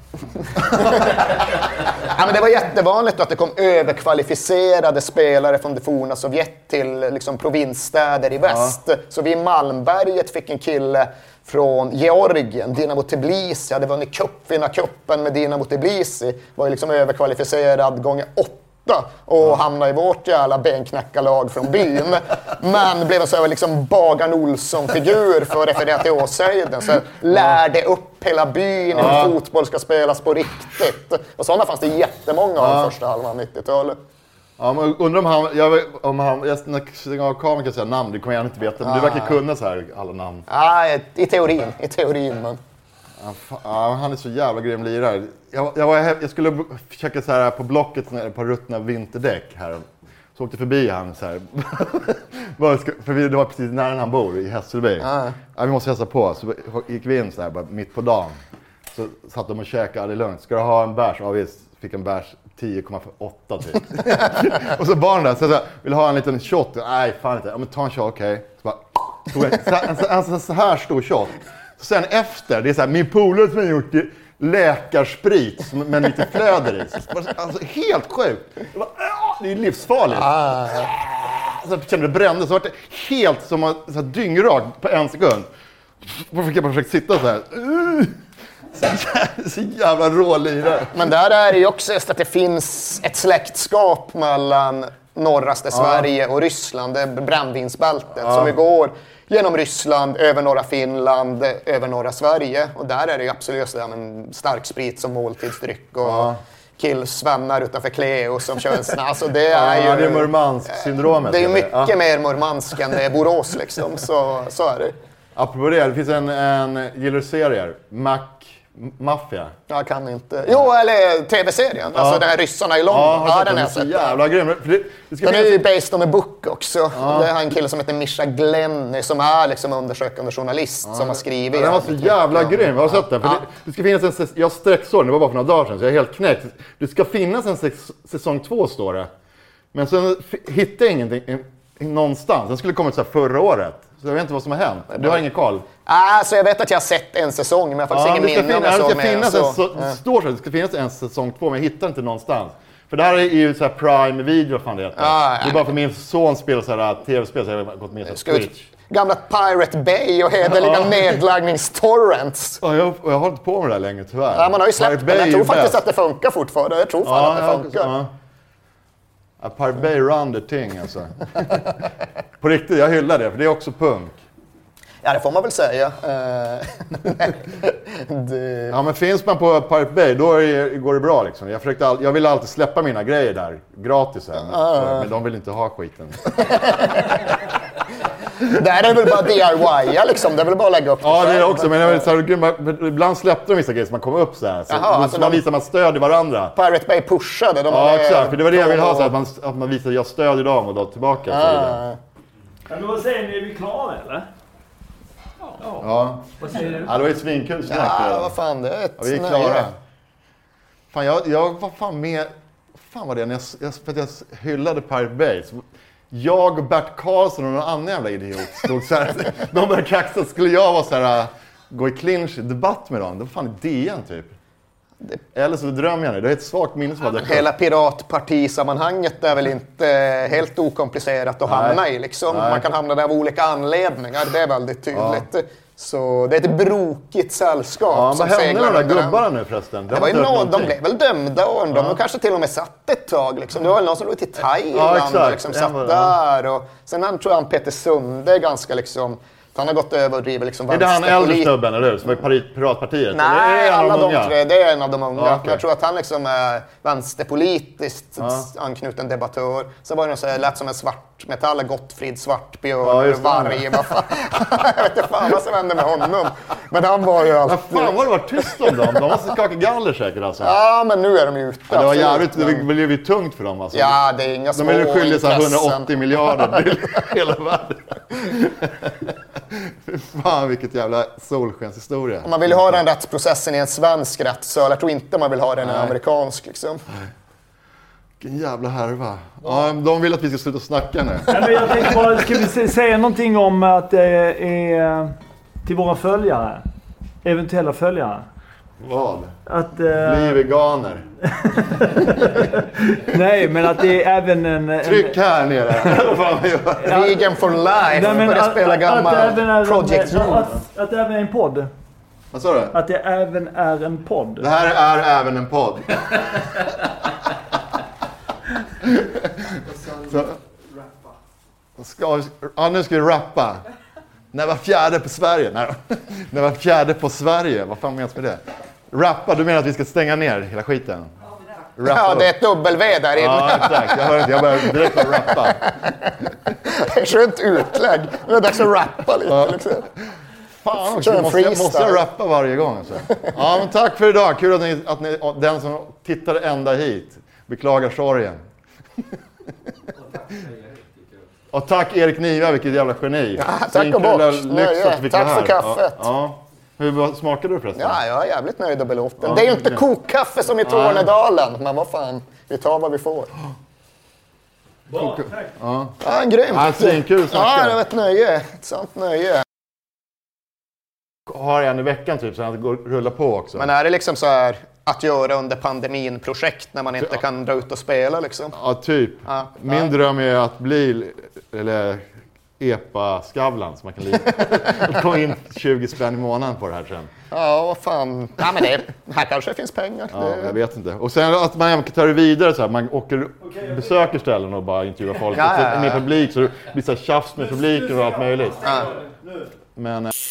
Ja, men det var jättevanligt att det kom överkvalificerade spelare från det forna Sovjet till liksom, provinsstäder i väst. Ja. Så vi i Malmberget fick en kille från Georgien, Dinamo Tbilisi. Hade vunnit cupvinnarcupen med Dinamo Tbilisi. Var ju liksom överkvalificerad gånger åtta. Och ja. hamnade i vårt jävla benknäckarlag från byn. Men blev en så här liksom Bagan Olsson-figur för att referera till Åshöjden. Så lärde upp hela byn ja. hur fotboll ska spelas på riktigt. Och sådana fanns det jättemånga av ja. första halvan nittiotalet. Ja, men undrar om han, jag, om han, jag när kameran kan säga namn, det kommer jag inte veta. Men ah. du verkar kunna så här alla namn. Ja, ah, i teorin, i teorin men. Ja, fan, ja, han är så jävla grym lirare. Jag, jag, var, jag skulle försöka så här på Blocket på ruttna vinterdäck här. Så åkte förbi han så här. För det var precis nära han bor i Hässelby. Ah. Ja, vi måste hälsa på. Så gick vi in så här bara mitt på dagen. Så satt de och käkade alldeles lugnt. Ska du ha en bärs? Ja, visst. Fick en bärs tio komma åtta typ. Och så barn där, så jag sa, vill ha en liten shot? Nej, fan inte. Ja, men ta en shot, okej. Okay. Så, en, en, en så här stor shot. Så sen efter, det är så här, min polare som har gjort det, läkarsprit med lite flöder i. Alltså helt sjukt. Det, var, det är livsfarligt. Ah. Så jag kände det brände, så var det helt som att så här, dyngrakt på en sekund. Så fick jag bara försöka sitta så här. Så jävla rålirare. Men där är det ju också att det finns ett släktskap mellan norraste Sverige ja. och Ryssland. Det är brännvinsbältet ja. som vi går genom Ryssland, över norra Finland, över norra Sverige. Och där är det ju absolut så där, en stark sprit som måltidsdryck och ja. killsvänner utanför Cleo som kör en snabb. Alltså det är ja, ju... det är Murmansk-syndromet. Det är ju mycket ja. mer Murmansk än det är Borås liksom. Så, så är det. Apropå det, det finns en, en gillar-serier, Mac Mafia. Jag kan inte. Jo, eller tv-serien. Ja. Alltså den här ryssarna i London. Ja, ja den är så jävla grym. Det, det den är ju based on a book också. Ja. Det är en kille som heter Mischa Glenny som är liksom undersökande journalist ja. som har skrivit. Ja, den var så jävla ja. grym. Jag har sett den. För ja. det, det ska finnas en, jag sträcksår, det var bara för några dagar sedan så jag är helt knäckt. Det ska finnas en säsong två står det. Men sen hittade jag ingenting någonstans. Den skulle kommit så här förra året. Så jag vet inte vad som har hänt. Du har ingen koll? Alltså jag vet att jag har sett en säsong, men jag har faktiskt ja, ingen minne om jag såg det. Finnas så. En, så, ja. Det står så att det ska finnas en säsong två, men jag hittar inte någonstans. För det här är ju så här Prime-video, fan det heter. Ja, det är bara för min son spelar så här tv-spel så jag har gått med så Twitch. Gamla Pirate Bay och hederliga ja. nedlaggningstorrents. Ja, jag, jag har inte på med det här längre tyvärr. Ja, man har ju släppt det. Jag tror faktiskt bäst. att det funkar fortfarande. Jag tror fan ja, att det funkar. Ja. A Pirate Bay run the thing alltså. På riktigt, jag hyllar det, för det är också punk. Ja, det får man väl säga. det... Ja, men finns man på Pirate Bay, då är, går det bra liksom. Jag, försökte all, jag ville alltid släppa mina grejer där, gratis här. Men, uh. men de vill inte ha skiten. Där är det väl bara D I Y liksom, det är väl bara att lägga upp det. Ja, det är också, men jag vill, så här, ibland släppte de vissa grejer som man kom upp så här. Så, Jaha, alltså man de... visar att man stödjer varandra. Pirate Bay pushade. De ja, exakt, för det var det jag ville ha, så här, att, man, att man visar att jag stödjer dem och då tillbaka. Uh. Ja, men vad säger ni, är vi klara eller? Ja. ja. Vad säger du? Ja, det var ju svinkul snack. Ja, vad fan, det är ett ja, vi är klara. Fan, jag, jag var fan med... Fan vad det är, när jag, jag, för att jag hyllade Pirate Bay. Så jag och Bert Karlsson och någon annan jävla idiot stod så här. De började kaxa, skulle jag vara så här, gå i clinch debatt med dem. Det var fan D N typ. Det... Eller så drömmer jag nu. Det är ett svagt minne som ja, hela piratpartisammanhanget är väl inte helt okomplicerat att Nej. hamna i. Liksom. Man kan hamna där av olika anledningar. Det är väldigt tydligt. Ja. Så det är ett brokigt sällskap. Ja, som vad hände med de där gubbarna nu förresten? Det det var ju någon, de blev väl dömda och de ja. kanske till och med satt ett tag. Liksom. Det var väl någon som låg till Thailand ja, och liksom, satt var, där. Och sen han, tror jag han Peter Sunde ganska liksom Han har gått över och driver liksom Är det han äldre snubben, eller hur? Som är Pari- Piratpartiet? Nej, är alla de, de tre. Det är en av de unga. Ja, okay. Men jag tror att han liksom är vänsterpolitiskt ja. anknuten debattör. Så var det något så här, lät som en svartmetall, Gottfrid Svartbjörn, ja, varg. Jag vet inte fan vad som hände med honom. Men han var ju alltid... Vad fan var det varit tyst om dem? De måste skaka galler säkert alltså. Ja, men nu är de ute. Ja, det var jävligt, det blev ju tungt för dem alltså. Ja, det är inga små de är skyldiga så här hundraåttio miljarder till Ja. hela världen. Fan vilket jävla solskenshistoria. Om man vill ha den rättsprocessen i en svensk rättssal, jag tror inte man vill ha den i en amerikansk liksom. Nej. Vilken jävla härva. Ja, de vill att vi ska sluta snacka nu. Ja, men jag tänkte bara, ska vi säga någonting om att det är till våra följare, eventuella följare? Vad? Att, Bli eh... veganer. Nej, men att det är även en... en... Tryck här nere. Vad fan man gör. Vegan for life. Nej, men börja att, spela att, gammal att, även är Project en, Zone. att, att det även är en podd. Vad sa du? Att det även är en podd. Det här är även en podd. Så, ska, ja, nu ska vi rappa. När var fjärde på Sverige? Nej, när var fjärde på Sverige? Vad fan menas med det? Rappa, du menar att vi ska stänga ner hela skiten? Rappa ja, det är ett W där inne. Ja, exakt. Jag hör inte, jag börjar direkt att rappa. Det är skönt utlägg. Det är dags att rappa lite. Ja. Liksom. Fan också, måste, jag, måste jag rappa varje gång alltså. Ja, men tack för idag. Kul att ni, att ni den som tittade ända hit. Beklagar sorgen. Och tack Erik Niva, vilket jävla geni. Ja, tack och bock. Tack för kaffet. Ja, ja. Hur smakade du förresten? Ja, jag är jävligt nöjd och belåten. Ja, det är ju inte kokkaffe som i Tornedalen, men vad fan, vi tar vad vi får. Bra, tack. Ja, ja grymt. Ja, svinkul att snacka. Ja, det var ett nöje. Ett sant nöje. Har en i veckan typ, så att det går rulla på också. Men är det liksom så här att göra under pandemin-projekt när man inte ja. kan dra ut och spela liksom? Ja, typ. Ja. Min ja. dröm är att bli, eller epa-skavlan, så man kan få in tjugo spänn i månaden på det här sen. Ja, vad fan. Ja, men det, här kanske finns pengar. Ja, det... jag vet inte. Och sen att man tar det vidare så här, man åker, besöker ställen och bara intervjuar folk. Ja, ja, ja. Med publik, så det blir så här tjafs med publiken och allt möjligt. Ja. Men...